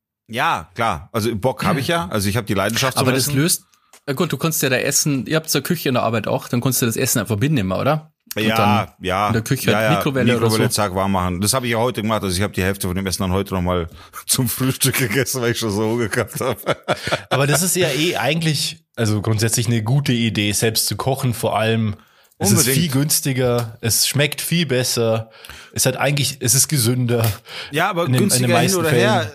B: Ja, klar. Also Bock habe ich ja. Also ich habe die Leidenschaft zum
A: Aber das
B: Essen.
A: löst, na gut, du kannst ja da essen, ihr habt zur Küche in der Arbeit auch, dann kannst du das Essen einfach mitnehmen, oder? Und
B: Ja.
A: in der Küche halt Mikrowelle oder so.
B: Zack, warm machen. Das habe ich ja heute gemacht. Also ich habe die Hälfte von dem Essen dann heute nochmal zum Frühstück gegessen, weil ich schon so Hunger gehabt habe.
C: Aber das ist ja eigentlich, also grundsätzlich eine gute Idee, selbst zu kochen, vor allem. Es ist viel günstiger, es schmeckt viel besser, es ist gesünder.
B: Ja, aber
C: in den
B: günstiger hin oder
C: Fällen.
B: her.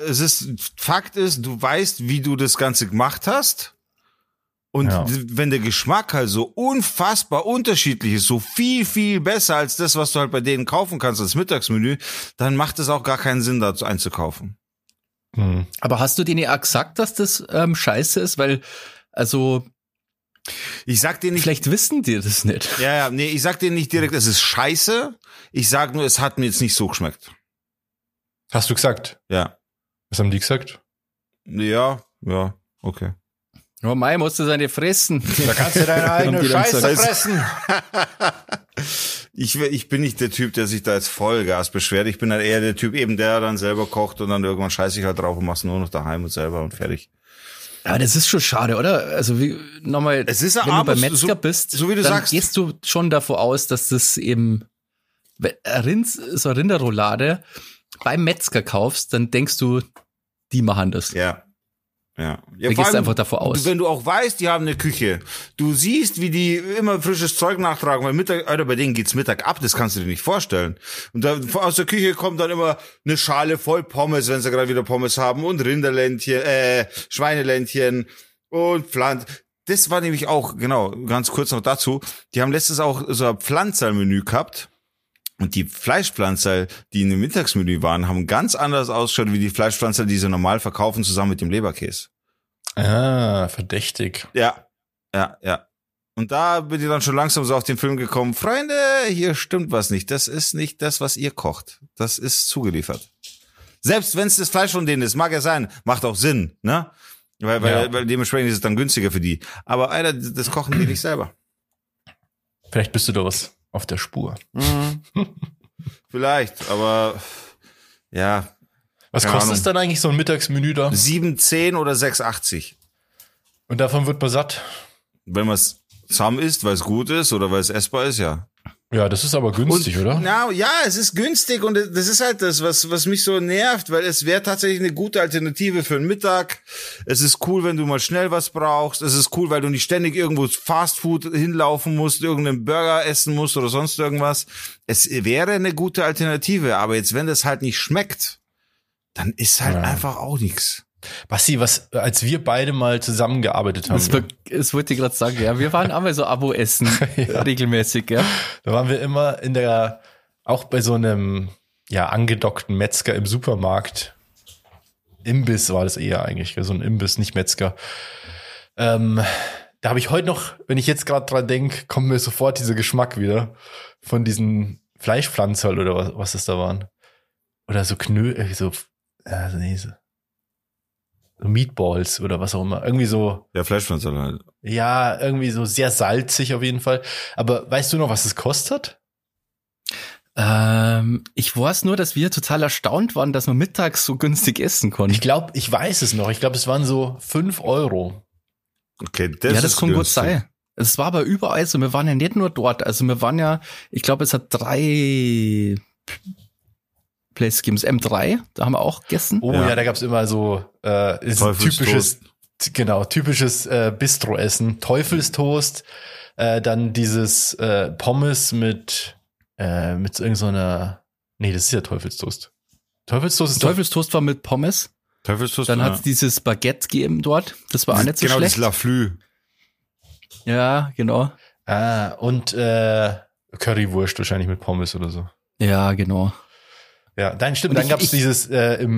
B: Fakt ist, du weißt, wie du das Ganze gemacht hast. Und wenn der Geschmack halt so unfassbar unterschiedlich ist, so viel, viel besser als das, was du halt bei denen kaufen kannst als Mittagsmenü, dann macht es auch gar keinen Sinn, dazu einzukaufen.
A: Aber hast du denen ja gesagt, dass das scheiße ist? Weil, also,
B: ich sag dir nicht.
A: vielleicht wissen die das nicht.
B: Ja, nee, ich sag dir nicht direkt, es ist scheiße. Ich sag nur, es hat mir jetzt nicht so geschmeckt.
C: Hast du gesagt?
B: Ja.
C: Was haben die gesagt?
B: Ja, okay.
A: Oh Mai, musst du seine fressen.
C: Da kannst du deine eigene
A: Und die dann
C: Scheiße
A: sagen,
C: fressen.
B: Ich bin nicht der Typ, der sich da jetzt Vollgas beschwert. Ich bin halt eher der Typ eben, der dann selber kocht und dann irgendwann scheiße ich halt drauf und mach's nur noch daheim und selber und fertig.
A: Aber das ist schon schade, oder? Also nochmal,
B: Es ist
A: wenn du beim Metzger bist,
B: so wie du
A: dann
B: sagst.
A: gehst du schon davon aus, dass das eben so eine Rinderroulade beim Metzger kaufst, dann denkst du, die machen das.
B: Ja.
A: Da
B: vor
A: gehst du
B: allem,
A: einfach davon aus.
B: Wenn du auch weißt, die haben eine Küche, du siehst, wie die immer frisches Zeug nachtragen, weil bei denen geht's Mittag ab, das kannst du dir nicht vorstellen. Und da aus der Küche kommt dann immer eine Schale voll Pommes, wenn sie gerade wieder Pommes haben, und Rinderländchen, Schweineländchen und Pflanz. Das war nämlich auch, genau, ganz kurz noch dazu, die haben letztens auch so ein Pflanzermenü gehabt. Und die Fleischpflanzer, die in dem Mittagsmenü waren, haben ganz anders ausgeschaut wie die Fleischpflanzer, die sie normal verkaufen, zusammen mit dem Leberkäse.
C: Ah, verdächtig.
B: Ja. Und da bin ich dann schon langsam so auf den Film gekommen. Freunde, hier stimmt was nicht. Das ist nicht das, was ihr kocht. Das ist zugeliefert. Selbst wenn es das Fleisch von denen ist, mag ja sein, macht auch Sinn, ne? Weil dementsprechend ist es dann günstiger für die. Aber Alter, das kochen die nicht selber.
C: Vielleicht bist du da was auf der Spur.
B: Vielleicht, aber ja.
C: Was kostet es dann eigentlich so ein Mittagsmenü da?
B: 7,10 oder 6,80.
C: Und davon wird man satt?
B: Wenn man es zusammen isst, weil es gut ist oder weil es essbar ist, ja.
C: Ja, das ist aber günstig, oder?
B: Ja, es ist günstig und das ist halt das, was mich so nervt, weil es wäre tatsächlich eine gute Alternative für einen Mittag. Es ist cool, wenn du mal schnell was brauchst. Es ist cool, weil du nicht ständig irgendwo Fastfood hinlaufen musst, irgendeinen Burger essen musst oder sonst irgendwas. Es wäre eine gute Alternative, aber jetzt, wenn das halt nicht schmeckt, dann ist halt einfach auch nichts.
C: Basti, als wir beide mal zusammengearbeitet haben.
A: Es wollte ich gerade sagen, ja, wir waren einmal so Abo-Essen regelmäßig, ja.
C: Da waren wir immer auch bei so einem, angedockten Metzger im Supermarkt. Imbiss war das eher eigentlich, so ein Imbiss, nicht Metzger. Da habe ich heute noch, wenn ich jetzt gerade dran denke, kommt mir sofort dieser Geschmack wieder von diesen Fleischpflanzen oder was das da waren. Oder so so Meatballs oder was auch immer. Irgendwie so.
B: Ja, Fleischpflanzen halt.
C: Ja, irgendwie so sehr salzig auf jeden Fall. Aber weißt du noch, was es kostet?
A: Ich weiß nur, dass wir total erstaunt waren, dass man mittags so günstig essen konnte.
C: Ich weiß es noch. Ich glaube, es waren so 5 €.
B: Okay,
A: das kann gut sein. Es war aber überall so. Wir waren ja nicht nur dort. Also wir waren ja, ich glaube, es hat 3 Places gegeben. Das M3, da haben wir auch gegessen.
C: Oh ja, da gab's immer so typisches Bistro-Essen. Teufelstoast, dann dieses Pommes mit irgendeiner. Nee, das ist ja Teufelstoast.
A: Teufelstoast war mit Pommes.
B: Teufelstoast.
A: Dann hat's dieses Baguette gegeben dort. Das war auch nicht so
B: genau,
A: schlecht.
B: Genau, das Laflü.
A: Ja, genau.
C: Und Currywurst wahrscheinlich mit Pommes oder so.
A: Ja, genau.
C: Ja, stimmt. Dann gab's dieses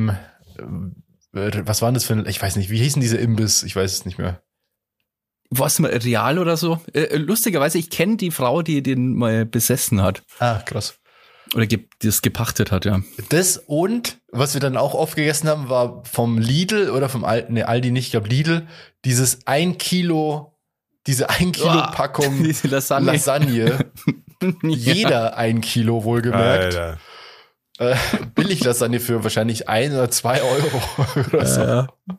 C: was war das für ein, ich weiß nicht, wie hießen diese Imbiss? Ich weiß es nicht mehr.
A: Was mal Real oder so? Lustigerweise, ich kenne die Frau, die den mal besessen hat.
C: Ah, krass.
A: Oder das gepachtet hat, ja.
C: Das und, was wir dann auch oft gegessen haben, war vom Lidl oder vom Aldi nicht, ich glaube Lidl, diese 1 Kilo Packung
A: diese Lasagne.
C: Jeder 1 Kilo wohlgemerkt.
B: Alter.
C: Billiglasagne für wahrscheinlich 1 oder 2 € oder so.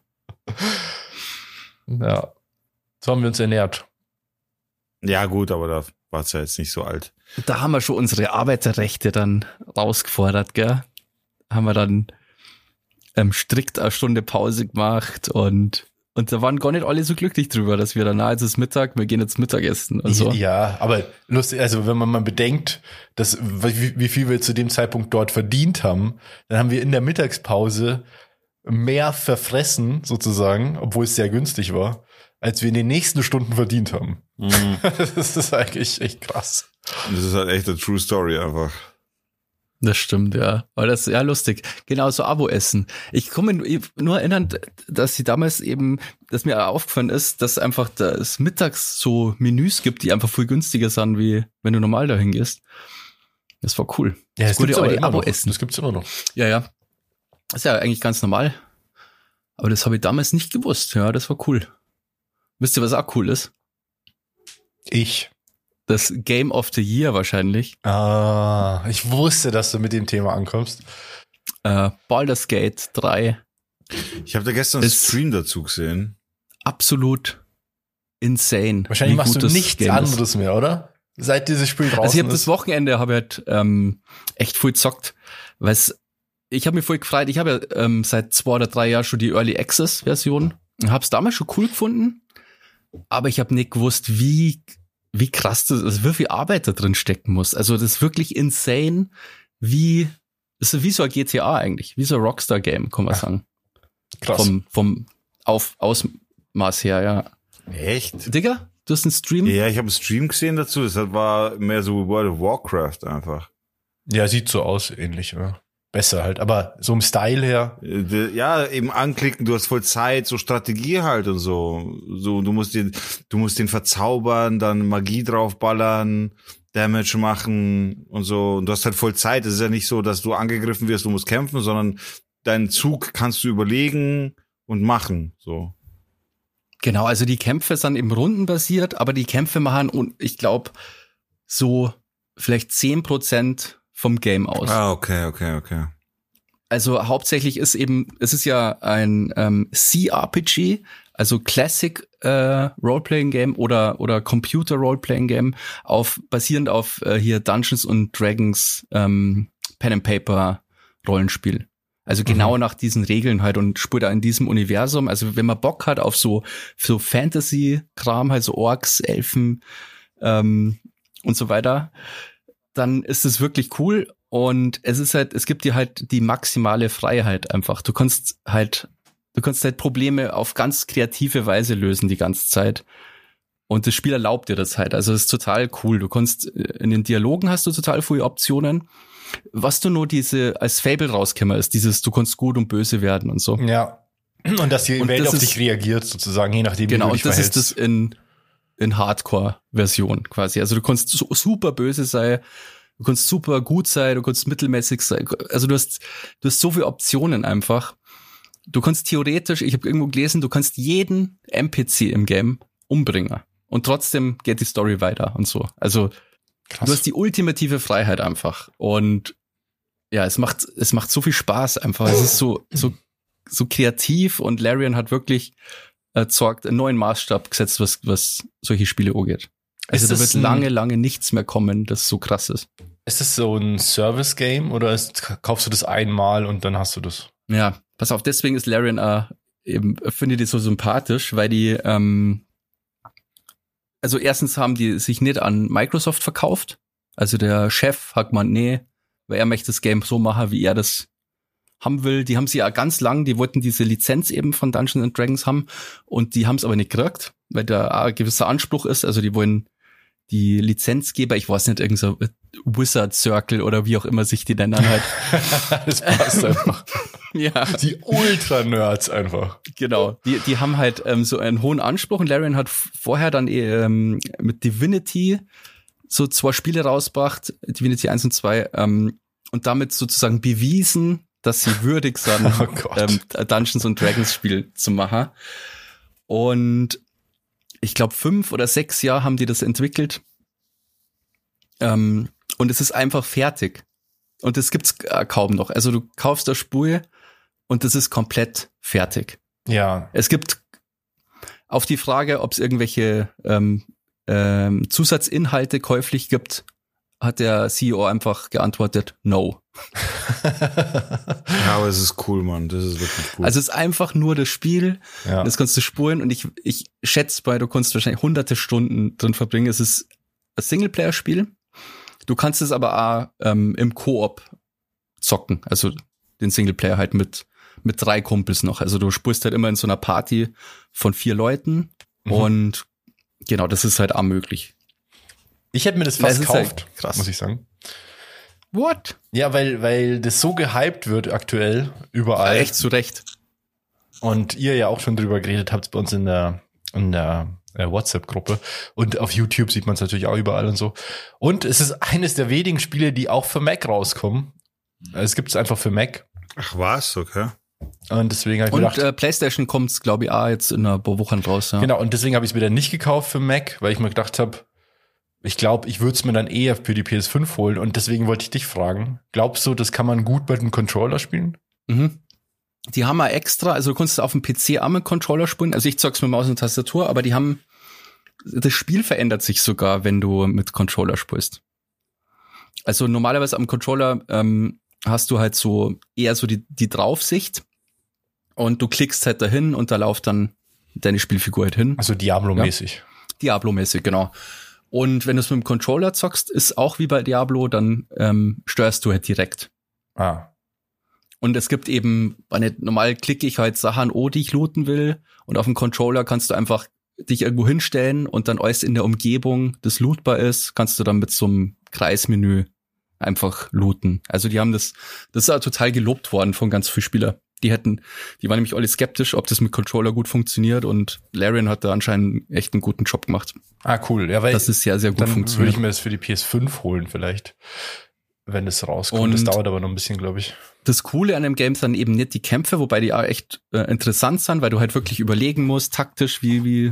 C: Ja. So haben wir uns ernährt.
B: Ja, gut, aber da war es ja jetzt nicht so alt.
A: Da haben wir schon unsere Arbeiterrechte dann rausgefordert, gell? Haben wir dann strikt eine Stunde Pause gemacht und da waren gar nicht alle so glücklich drüber, dass wir danach jetzt ist Mittag, wir gehen jetzt Mittagessen und so.
C: Ja, aber lustig, also wenn man mal bedenkt, dass wie viel wir zu dem Zeitpunkt dort verdient haben, dann haben wir in der Mittagspause mehr verfressen sozusagen, obwohl es sehr günstig war, als wir in den nächsten Stunden verdient haben. Mhm. Das ist eigentlich echt krass.
B: Das ist halt echt eine True Story einfach.
A: Das stimmt, ja. Aber das ist ja lustig. Genauso Abo-Essen. Ich kann mich nur erinnern, dass sie damals eben, dass mir aufgefallen ist, dass einfach das mittags so Menüs gibt, die einfach viel günstiger sind, wie wenn du normal dahin gehst. Das war cool.
C: Ja, das gibt's aber
A: Abo-Essen.
C: Das gibt's immer noch.
A: Ja. Das ist ja eigentlich ganz normal. Aber das habe ich damals nicht gewusst. Ja, das war cool. Wisst ihr, was auch cool ist? Das Game of the Year wahrscheinlich.
C: Ah, ich wusste, dass du mit dem Thema ankommst.
A: Baldur's Gate 3.
B: Ich habe da gestern einen Stream dazu gesehen.
A: Absolut insane.
C: Wahrscheinlich machst du nichts anderes mehr, oder? Seit dieses Spiel draußen ist.
A: Also ich habe das Wochenende halt echt viel gezockt, weil ich habe mich voll gefreut. Ich habe ja seit 2 oder 3 Jahren schon die Early Access Version und habe es damals schon cool gefunden, aber ich habe nicht gewusst, wie krass das ist, wie viel Arbeit da drin stecken muss. Also das ist wirklich insane, das ist wie so ein GTA eigentlich, wie so ein Rockstar-Game, kann man sagen.
C: Krass.
A: Vom Ausmaß her, ja.
B: Echt?
A: Digga, du hast einen Stream?
B: Ja, ich habe einen Stream gesehen dazu, das war mehr so World of Warcraft einfach.
C: Ja, sieht so aus, ähnlich, ja. Besser halt, aber so im Style her.
B: Ja, eben anklicken, du hast voll Zeit, so Strategie halt und so. So, du musst den verzaubern, dann Magie draufballern, Damage machen und so. Und du hast halt voll Zeit. Es ist ja nicht so, dass du angegriffen wirst, du musst kämpfen, sondern deinen Zug kannst du überlegen und machen, so.
A: Genau, also die Kämpfe sind eben rundenbasiert, aber die Kämpfe machen, und ich glaube, so vielleicht 10% vom Game aus.
B: Ah, okay.
A: Also hauptsächlich es ist ja ein CRPG, also Classic Role-Playing Game oder Computer Role-Playing Game basierend auf hier Dungeons and Dragons Pen and Paper Rollenspiel. Also genau nach diesen Regeln halt und spielt da in diesem Universum. Also wenn man Bock hat auf so Fantasy-Kram, halt so Orks, Elfen und so weiter, dann ist es wirklich cool. Und es gibt dir halt die maximale Freiheit einfach. Du kannst halt Probleme auf ganz kreative Weise lösen die ganze Zeit. Und das Spiel erlaubt dir das halt. Also es ist total cool. Du kannst, in den Dialogen hast du total viele Optionen. Was du nur als Fable rauskämmer ist, du kannst gut und böse werden und so.
C: Ja. Und dass die Welt auf dich reagiert, sozusagen, je nachdem, wie du dich verhältst. Genau, und das ist das in Hardcore-Version quasi. Also du kannst super böse sein, du kannst super gut sein, du kannst mittelmäßig sein. Also du hast so viele Optionen einfach. Du kannst theoretisch, ich habe irgendwo gelesen, du kannst jeden NPC im Game umbringen. Und trotzdem geht die Story weiter und so. Also krass. Du hast die ultimative Freiheit einfach. Und ja, es macht so viel Spaß einfach. Es ist so kreativ und Larian hat wirklich einen neuen Maßstab gesetzt, was solche Spiele angeht. Also da wird lange nichts mehr kommen, das so krass ist. Ist das so ein Service-Game oder kaufst du das einmal und dann hast du das?
A: Ja, pass auf, deswegen ist Larian finde ich die so sympathisch, weil die also erstens haben die sich nicht an Microsoft verkauft. Also der Chef hat gemeint, nee, weil er möchte das Game so machen, wie er das haben will. Die haben sie ja ganz lang, die wollten diese Lizenz eben von Dungeons and Dragons haben und die haben es aber nicht gekriegt, weil da ein gewisser Anspruch ist. Also die wollen die Lizenzgeber, ich weiß nicht, irgendein Wizard Circle oder wie auch immer sich die nennen halt.
C: Das passt einfach.
A: Ja.
C: Die Ultra-Nerds einfach.
A: Genau. Die haben halt so einen hohen Anspruch und Larian hat vorher dann mit Divinity so 2 Spiele rausgebracht, Divinity 1 und 2, und damit sozusagen bewiesen, dass sie würdig sind, Dungeons and Dragons Spiel zu machen. Und ich glaube 5 oder 6 Jahre haben die das entwickelt. Und es ist einfach fertig. Und das gibt's kaum noch. Also du kaufst das Spiel und das ist komplett fertig.
C: Ja.
A: Es gibt auf die Frage, ob es irgendwelche Zusatzinhalte käuflich gibt, hat der CEO einfach geantwortet, no.
B: Ja, aber es ist cool, Mann. Das ist wirklich cool.
A: Also es ist einfach nur das Spiel. Ja. Das kannst du spulen und ich schätze du kannst wahrscheinlich hunderte Stunden drin verbringen. Es ist ein Singleplayer-Spiel. Du kannst es aber auch im Koop zocken. Also den Singleplayer halt mit 3 Kumpels noch. Also du spulst halt immer in so einer Party von 4 Leuten und genau, das ist halt auch möglich.
C: Ich hätte mir das fast gekauft,
A: halt krass,
C: muss ich sagen.
A: What?
C: Ja, weil das so gehypt wird aktuell, überall.
A: Ja, echt zu Recht.
C: Und ihr ja auch schon drüber geredet habt bei uns in der WhatsApp-Gruppe. Und auf YouTube sieht man es natürlich auch überall und so. Und es ist eines der wenigen Spiele, die auch für Mac rauskommen. Es gibt es einfach für Mac.
B: Ach was, okay.
C: Und deswegen habe ich gedacht.
A: Und PlayStation kommt es, glaube ich, auch jetzt in ein paar Wochen raus. Ja.
C: Genau, und deswegen habe ich es mir dann nicht gekauft für Mac, weil ich mir gedacht habe, ich glaube, ich würde es mir dann eher für die PS5 holen. Und deswegen wollte ich dich fragen, glaubst du, das kann man gut mit einem Controller spielen?
A: Mhm. Die haben mal extra, also du kannst auf dem PC auch mit Controller spielen. Also ich zock's mit Maus und Tastatur, aber das Spiel verändert sich sogar, wenn du mit Controller spielst. Also normalerweise am Controller hast du halt so eher so die Draufsicht und du klickst halt dahin und da läuft dann deine Spielfigur halt hin.
C: Also Diablo-mäßig.
A: Ja? Diablo-mäßig, genau. Und wenn du es mit dem Controller zockst, ist auch wie bei Diablo, dann steuerst du halt direkt.
C: Ah.
A: Und es gibt eben, normal klicke ich halt Sachen, die ich looten will. Und auf dem Controller kannst du einfach dich irgendwo hinstellen und dann alles in der Umgebung, das lootbar ist, kannst du dann mit so einem Kreismenü einfach looten. Also die haben das ist ja total gelobt worden von ganz vielen Spielern. Die waren nämlich alle skeptisch, ob das mit Controller gut funktioniert und Larian hat da anscheinend echt einen guten Job gemacht.
C: Ah, cool. Ja, weil
A: das ist sehr, sehr gut funktioniert.
C: Würde ich mir das für die PS5 holen vielleicht, wenn es rauskommt. Das dauert aber noch ein bisschen, glaube ich.
A: das Coole an dem Game sind eben nicht die Kämpfe, wobei die auch echt interessant sind, weil du halt wirklich überlegen musst, taktisch, wie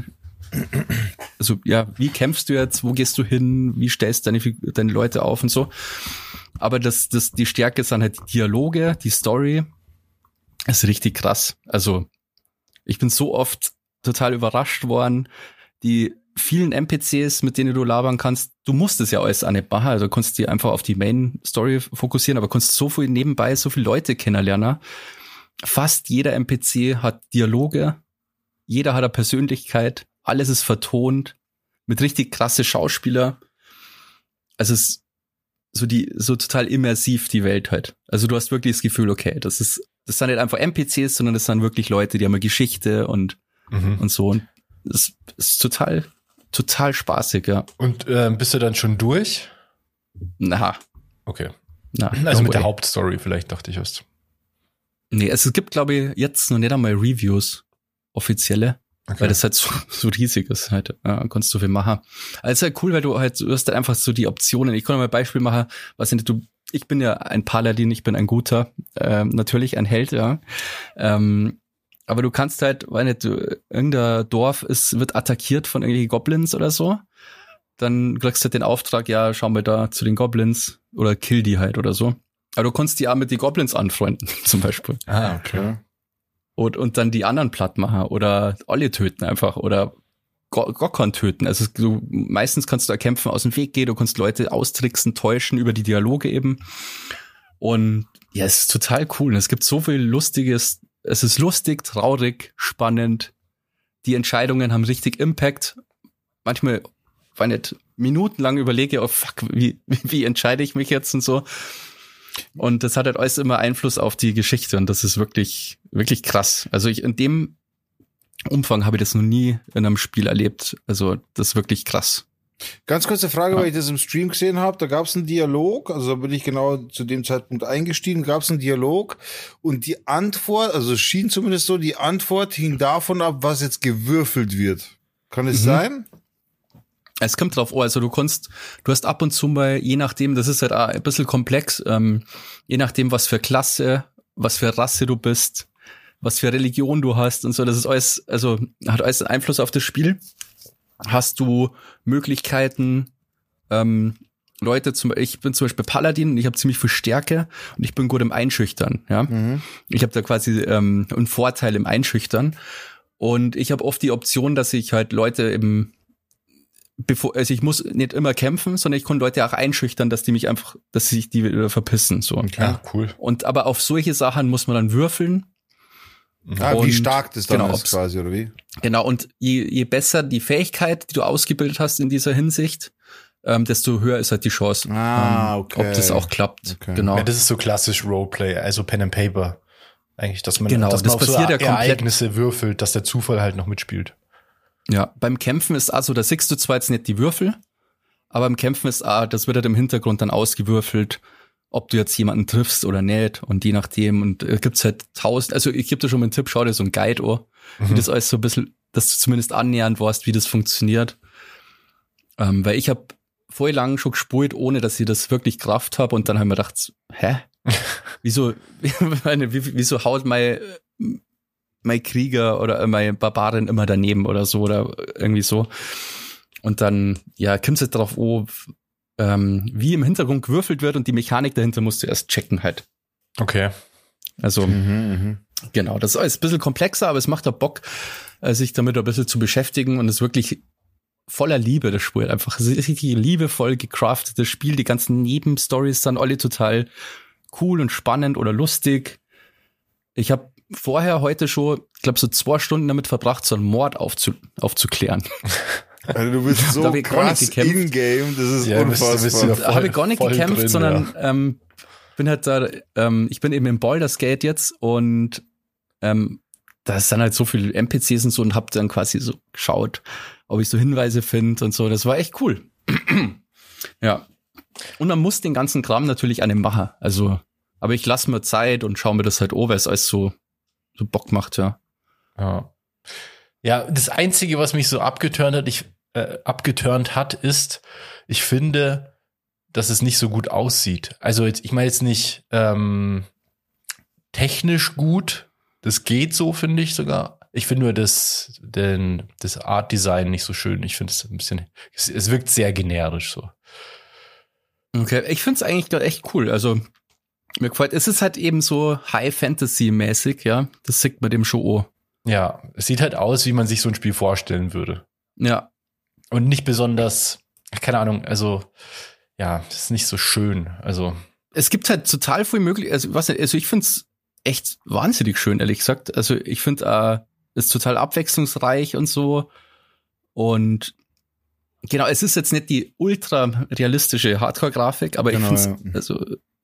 A: kämpfst du jetzt, wo gehst du hin, wie stellst du deine Leute auf und so. Aber die Stärke sind halt die Dialoge, die Story. Das ist richtig krass. Also, ich bin so oft total überrascht worden, die vielen NPCs, mit denen du labern kannst, du musst es ja alles auch nicht machen, also du kannst dich einfach auf die Main-Story fokussieren, aber kannst so viel nebenbei, so viele Leute kennenlernen. Fast jeder NPC hat Dialoge, jeder hat eine Persönlichkeit, alles ist vertont, mit richtig krasse Schauspieler. Also es ist so total immersiv, die Welt halt. Also du hast wirklich das Gefühl, okay, das sind nicht einfach NPCs, sondern das sind wirklich Leute, die haben eine Geschichte und so. Und das ist total spaßig, ja.
C: Und bist du dann schon durch?
A: Na.
C: Okay.
A: Na,
C: also mit der Hauptstory vielleicht, dachte ich erst.
A: Nee, es gibt, glaube ich, jetzt noch nicht einmal Reviews, offizielle, weil das halt so riesig ist halt. Ja, kannst du viel machen. Also halt cool, weil du hast halt einfach so die Optionen. Ich kann mal ein Beispiel machen, ich bin ja ein Paladin, ich bin ein guter, natürlich ein Held, ja. Aber du kannst halt, weil nicht, irgendein Dorf wird attackiert von irgendwelchen Goblins oder so, dann kriegst du halt den Auftrag, ja, schau mal da zu den Goblins oder kill die halt oder so. Aber du kannst die auch mit den Goblins anfreunden, zum Beispiel.
C: Ah, okay.
A: Und dann die anderen platt machen oder alle töten einfach oder Gockern töten. Also meistens kannst du da kämpfen, aus dem Weg gehen, du kannst Leute austricksen, täuschen über die Dialoge eben. Und ja, es ist total cool. Es gibt so viel Lustiges. Es ist lustig, traurig, spannend. Die Entscheidungen haben richtig Impact. Manchmal, weil nicht minutenlang überlege, oh fuck, wie entscheide ich mich jetzt und so. Und das hat halt alles immer Einfluss auf die Geschichte und das ist wirklich, wirklich krass. Also in dem Umfang habe ich das noch nie in einem Spiel erlebt. Also das ist wirklich krass.
B: Ganz kurze Frage, weil ich das im Stream gesehen habe, da gab es einen Dialog, also da bin ich genau zu dem Zeitpunkt eingestiegen, gab es einen Dialog und die Antwort, also es schien zumindest so, die Antwort hing davon ab, was jetzt gewürfelt wird. Kann es sein?
A: Es kommt drauf an, also du hast ab und zu mal, je nachdem, das ist halt auch ein bisschen komplex, je nachdem, was für Klasse, was für Rasse du bist, was für Religion du hast und so, das ist alles, also hat alles Einfluss auf das Spiel. Hast du Möglichkeiten, Leute, ich bin zum Beispiel Paladin und ich habe ziemlich viel Stärke und ich bin gut im Einschüchtern, ja. Ich habe da quasi einen Vorteil im Einschüchtern und ich habe oft die Option, dass ich halt Leute eben also ich muss nicht immer kämpfen, sondern ich kann Leute auch einschüchtern, dass sich die wieder verpissen, so.
C: Okay, ja, cool.
A: Und aber auf solche Sachen muss man dann würfeln.
B: Wie stark das dann ist quasi, oder wie?
A: Genau, und je besser die Fähigkeit, die du ausgebildet hast in dieser Hinsicht, desto höher ist halt die Chance, ob das auch klappt.
B: Okay.
A: Genau.
C: Ja, das ist so klassisch Roleplay, also Pen and Paper. Eigentlich, dass man
A: das
C: auf
A: passiert
C: so
A: ja komplett.
C: Ereignisse würfelt, dass der Zufall halt noch mitspielt.
A: Ja, beim Kämpfen ist also, da siehst du zwar jetzt nicht die Würfel, aber im Kämpfen ist das wird halt im Hintergrund dann ausgewürfelt, ob du jetzt jemanden triffst oder nicht und je nachdem und gibt's halt also ich gebe dir schon mal einen Tipp, schau dir so ein Guide an, wie das alles so ein bisschen, dass du zumindest annähernd weißt, wie das funktioniert. Weil ich habe voll lang schon gespielt, ohne dass ich das wirklich Kraft habe und dann habe ich mir gedacht, wieso haut mein Krieger oder mein Barbarin immer daneben oder so oder irgendwie so. Und dann, ja, kommst du drauf, wie im Hintergrund gewürfelt wird und die Mechanik dahinter musst du erst checken halt.
C: Okay.
A: Also, genau, das ist alles ein bisschen komplexer, aber es macht auch Bock, sich damit ein bisschen zu beschäftigen und es ist wirklich voller Liebe, das Spiel. Einfach richtig liebevoll gecraftetes Spiel. Die ganzen Nebenstories sind alle total cool und spannend oder lustig. Ich habe heute schon, ich glaube, so 2 Stunden damit verbracht, so einen Mord aufzuklären.
B: Also du bist so krass in-game, das ist unfassbar.
A: Da habe ich gar nicht gekämpft, drin, sondern bin halt da, ich bin eben im Baldur's Gate jetzt und da sind halt so viele NPCs und so und hab dann quasi so geschaut, ob ich so Hinweise finde und so. Das war echt cool. Ja. Und man muss den ganzen Kram natürlich an dem machen. Also, aber ich lasse mir Zeit und schaue mir das halt an, weil es alles so Bock macht, ja.
C: Ja, das Einzige, was mich so abgeturnt hat, ist, ich finde, dass es nicht so gut aussieht. Also jetzt, ich meine jetzt nicht technisch gut. Das geht so, finde ich sogar. Ich finde nur das Art-Design nicht so schön. Ich finde es ein bisschen, es wirkt sehr generisch so.
A: Okay, ich finde es eigentlich gerade echt cool. Also, mir gefällt, es ist halt eben so High-Fantasy-mäßig, ja. Das sieht man dem schon an.
C: Ja, es sieht halt aus, wie man sich so ein Spiel vorstellen würde.
A: Ja.
C: Und nicht besonders, keine Ahnung, also, ja, das ist nicht so schön. Also.
A: Es gibt halt total viel möglich, also ich finde es echt wahnsinnig schön, ehrlich gesagt. Also ich finde, es ist total abwechslungsreich und so. Und genau, es ist jetzt nicht die ultra realistische Hardcore-Grafik, aber
B: Genau,
A: ich finde es, also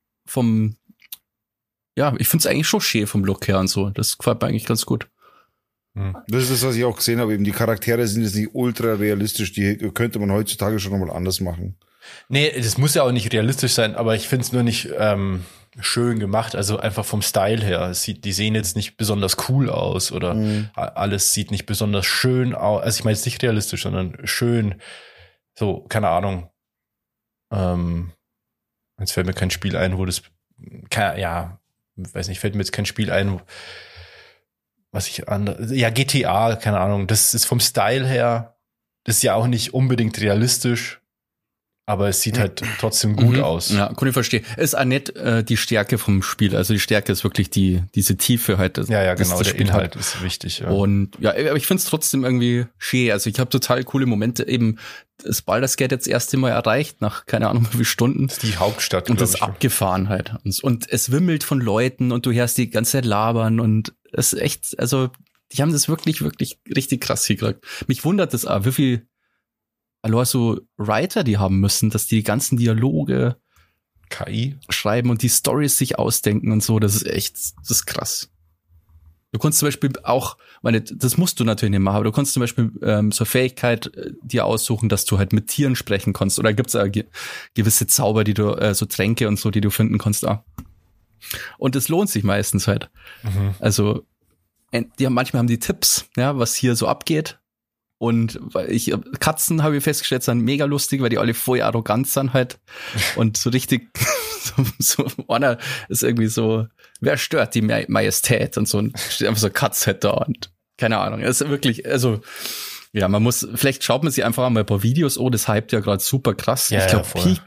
A: ich finde es eigentlich schon schön vom Look her und so. Das gefällt mir eigentlich ganz gut.
B: Das ist das, was ich auch gesehen habe. Eben die Charaktere sind jetzt nicht ultra realistisch. Die könnte man heutzutage schon nochmal anders machen.
C: Nee, das muss ja auch nicht realistisch sein, aber ich finde es nur nicht schön gemacht. Also einfach vom Style her. Die sehen jetzt nicht besonders cool aus oder alles sieht nicht besonders schön aus. Also ich meine jetzt nicht realistisch, sondern schön. So, keine Ahnung. Jetzt fällt mir kein Spiel ein, wo das, weiß nicht, fällt mir jetzt kein Spiel ein, GTA, keine Ahnung. Das ist vom Style her, das ist ja auch nicht unbedingt realistisch. Aber es sieht halt trotzdem gut aus.
A: Ja, kann ich verstehen. Ist auch nicht die Stärke vom Spiel. Also die Stärke ist wirklich diese Tiefe halt.
C: Ja, genau, der
A: Spiel
C: Inhalt ist wichtig. Ja.
A: Und ja, aber ich finde es trotzdem irgendwie schön. Also ich habe total coole Momente. Eben das Baldur's Gate jetzt das erste Mal erreicht, nach keine Ahnung wie viele Stunden.
C: Das ist die Hauptstadt,
A: und das ist abgefahren halt. Und es wimmelt von Leuten und du hörst die ganze Zeit labern und es ist echt, also die haben das wirklich, wirklich richtig krass gekriegt. Mich wundert das auch, wie viel so Writer die haben müssen, dass die ganzen Dialoge
C: KI
A: schreiben und die Storys sich ausdenken und so. Das ist krass. Du kannst zum Beispiel auch, das musst du natürlich nicht machen, aber du kannst zum Beispiel so eine Fähigkeit dir aussuchen, dass du halt mit Tieren sprechen kannst. Oder gibt's gewisse Zauber, die du, so Tränke und so, die du finden kannst auch. Und es lohnt sich meistens halt. Also, manchmal haben die Tipps, ja, was hier so abgeht. Und Katzen, habe ich festgestellt, sind mega lustig, weil die alle voll arrogant sind halt. Und so richtig, so einer ist irgendwie so, wer stört die Majestät? Und so steht einfach so eine Katze halt da und keine Ahnung. Es ist wirklich, also, ja, vielleicht schaut man sich einfach mal ein paar Videos, das hypt ja gerade super krass.
C: Ja,
A: ich glaube,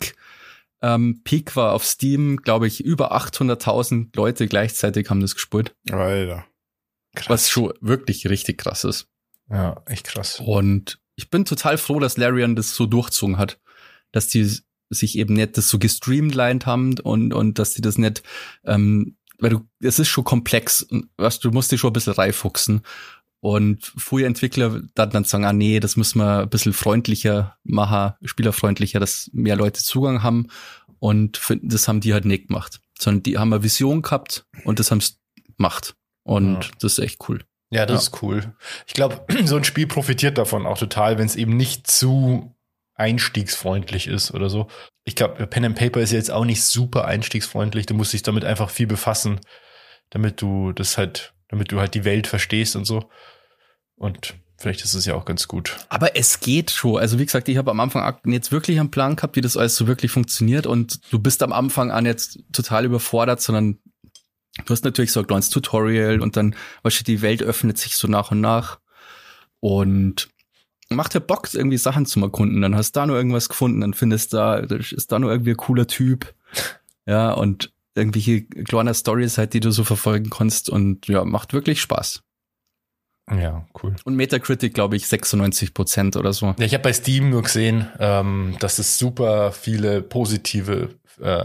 C: Peak
A: war auf Steam, glaube ich, über 800.000 Leute gleichzeitig haben das gespielt.
B: Alter.
A: Krass. Was schon wirklich richtig krass ist.
C: Ja, echt krass.
A: Und ich bin total froh, dass Larian das so durchzogen hat, dass die sich eben nicht das so gestreamlined haben und dass die das nicht, weil es ist schon komplex, du musst dich schon ein bisschen reinfuchsen. Und frühe Entwickler dann sagen, nee, das müssen wir ein bisschen freundlicher machen, spielerfreundlicher, dass mehr Leute Zugang haben. Und das haben die halt nicht gemacht. Sondern die haben eine Vision gehabt und das haben sie gemacht. Und das ist echt cool.
C: Ja, das ist cool. Ich glaube, so ein Spiel profitiert davon auch total, wenn es eben nicht zu einstiegsfreundlich ist oder so. Ich glaube, Pen and Paper ist jetzt auch nicht super einstiegsfreundlich. Du musst dich damit einfach viel befassen, damit du halt die Welt verstehst und so. Und vielleicht ist es ja auch ganz gut.
A: Aber es geht schon. Also wie gesagt, ich habe am Anfang jetzt wirklich einen Plan gehabt, wie das alles so wirklich funktioniert. Und du bist am Anfang an jetzt total überfordert, sondern du hast natürlich so ein kleines Tutorial und dann, weißt du, die Welt öffnet sich so nach und nach und macht ja Bock, irgendwie Sachen zu erkunden. Dann hast du da nur irgendwas gefunden, dann ist da nur irgendwie ein cooler Typ. Ja, und irgendwelche kleine Storys halt, die du so verfolgen kannst und ja, macht wirklich Spaß.
C: Ja, cool.
A: Und Metacritic, glaube ich, 96% oder so.
C: Ja, ich habe bei Steam nur gesehen, dass es super viele positive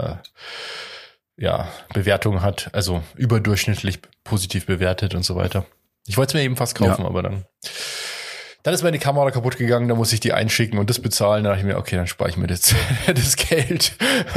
C: Bewertungen hat, also überdurchschnittlich positiv bewertet und so weiter. Ich wollte es mir eben fast kaufen, aber dann ist meine Kamera kaputt gegangen, da muss ich die einschicken und das bezahlen. Da dachte ich mir, okay, dann spare ich mir das Geld.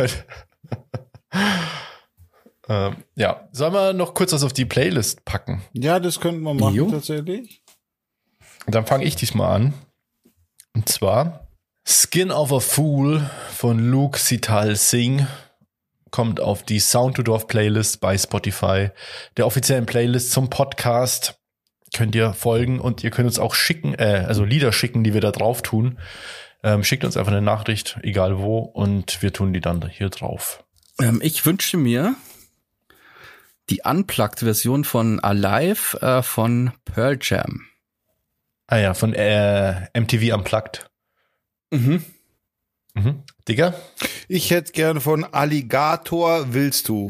C: Sollen wir noch kurz was auf die Playlist packen?
B: Ja, das könnten wir machen tatsächlich.
C: Dann fange ich diesmal an. Und zwar Skin of a Fool von Luke Sital Singh kommt auf die Sound to Dorf Playlist bei Spotify, der offiziellen Playlist zum Podcast. Könnt ihr folgen und ihr könnt uns auch schicken, also Lieder schicken, die wir da drauf tun. Schickt uns einfach eine Nachricht, egal wo, und wir tun die dann hier drauf.
A: Ich wünsche mir die Unplugged-Version von Alive von Pearl Jam.
C: Ah ja, von MTV Unplugged. Mhm. Digga?
B: Ich hätte gern von Alligator Willst du.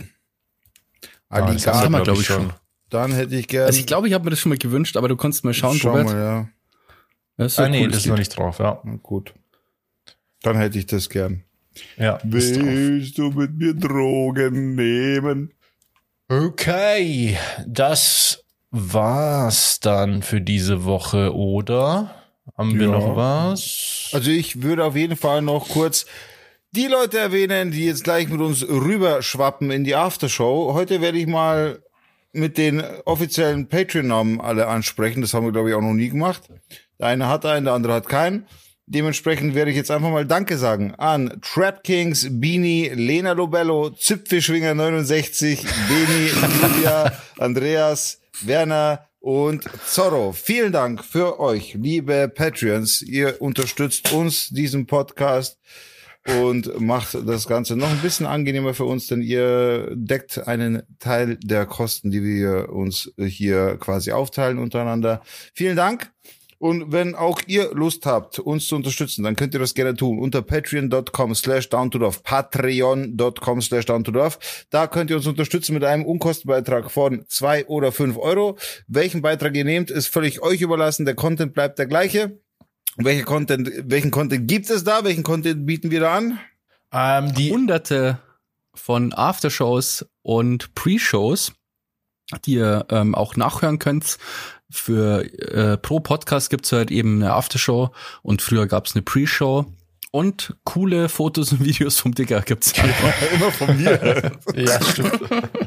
A: Das haben wir, glaube ich, schon.
B: Dann hätte ich gern...
A: Also ich glaube, ich habe mir das schon mal gewünscht, aber du konntest mal schauen, Robert.
B: Mal, ja.
A: Das
C: ist nee, das ist noch nicht drauf, ja.
B: Na gut. Dann hätte ich das gern.
C: Ja.
B: Willst du mit mir Drogen nehmen?
C: Okay, das war's dann für diese Woche, oder? Haben wir noch was?
B: Also ich würde auf jeden Fall noch kurz die Leute erwähnen, die jetzt gleich mit uns rüberschwappen in die Aftershow. Heute werde ich mal mit den offiziellen Patreon-Namen alle ansprechen. Das haben wir, glaube ich, auch noch nie gemacht. Der eine hat einen, der andere hat keinen. Dementsprechend werde ich jetzt einfach mal Danke sagen an Trap Kings, Beanie, Lena Lobello, Zipfelschwinger 69, Beni, Julia, Andreas, Werner und Zorro. Vielen Dank für euch, liebe Patreons. Ihr unterstützt uns, diesen Podcast, und macht das Ganze noch ein bisschen angenehmer für uns, denn ihr deckt einen Teil der Kosten, die wir uns hier quasi aufteilen untereinander. Vielen Dank. Und wenn auch ihr Lust habt, uns zu unterstützen, dann könnt ihr das gerne tun unter patreon.com/downtodorf, patreon.com/downtodorf. Da könnt ihr uns unterstützen mit einem Unkostenbeitrag von 2 oder 5 Euro. Welchen Beitrag ihr nehmt, ist völlig euch überlassen. Der Content bleibt der gleiche. Welchen Content gibt es da? Welchen Content bieten wir da an?
A: Die Hunderte von Aftershows und Pre-Shows, die ihr auch nachhören könnt. Für pro Podcast gibt's halt eben eine Aftershow und früher gab's eine Pre-Show. Und coole Fotos und Videos vom Digger gibt's
B: immer von mir.
C: Ja, stimmt.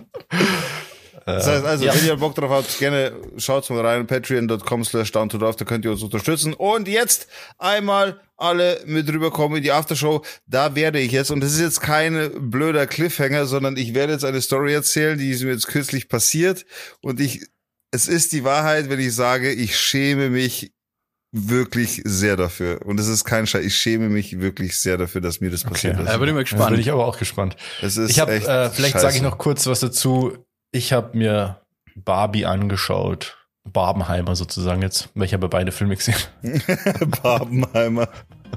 B: Das heißt also, wenn ihr Bock drauf habt, gerne schaut mal rein, patreon.com/downtodorf, da könnt ihr uns unterstützen. Und jetzt einmal alle mit rüberkommen in die Aftershow. Da werde ich jetzt, und das ist jetzt kein blöder Cliffhanger, sondern ich werde jetzt eine Story erzählen, die ist mir jetzt kürzlich passiert. Und es ist die Wahrheit, wenn ich sage, ich schäme mich wirklich sehr dafür. Und es ist kein Scheiß, ich schäme mich wirklich sehr dafür, dass mir das passiert ist.
A: Da bin ich mal gespannt.
C: Bin ich aber auch gespannt.
B: Es ist
C: echt vielleicht sage ich noch kurz was dazu. Ich habe mir Barbie angeschaut. Barbenheimer sozusagen jetzt, weil ich habe beide Filme gesehen.
B: Barbenheimer.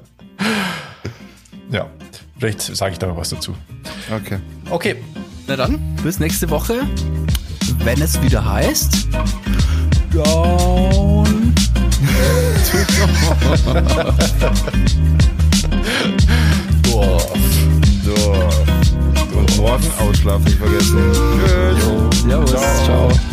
C: Ja, vielleicht sage ich da noch was dazu.
B: Okay.
A: Na dann, bis nächste Woche, wenn es wieder heißt Down.
B: Dorf. Und morgen ausschlafen nicht vergessen.
A: Tschüss. Servus. Ciao.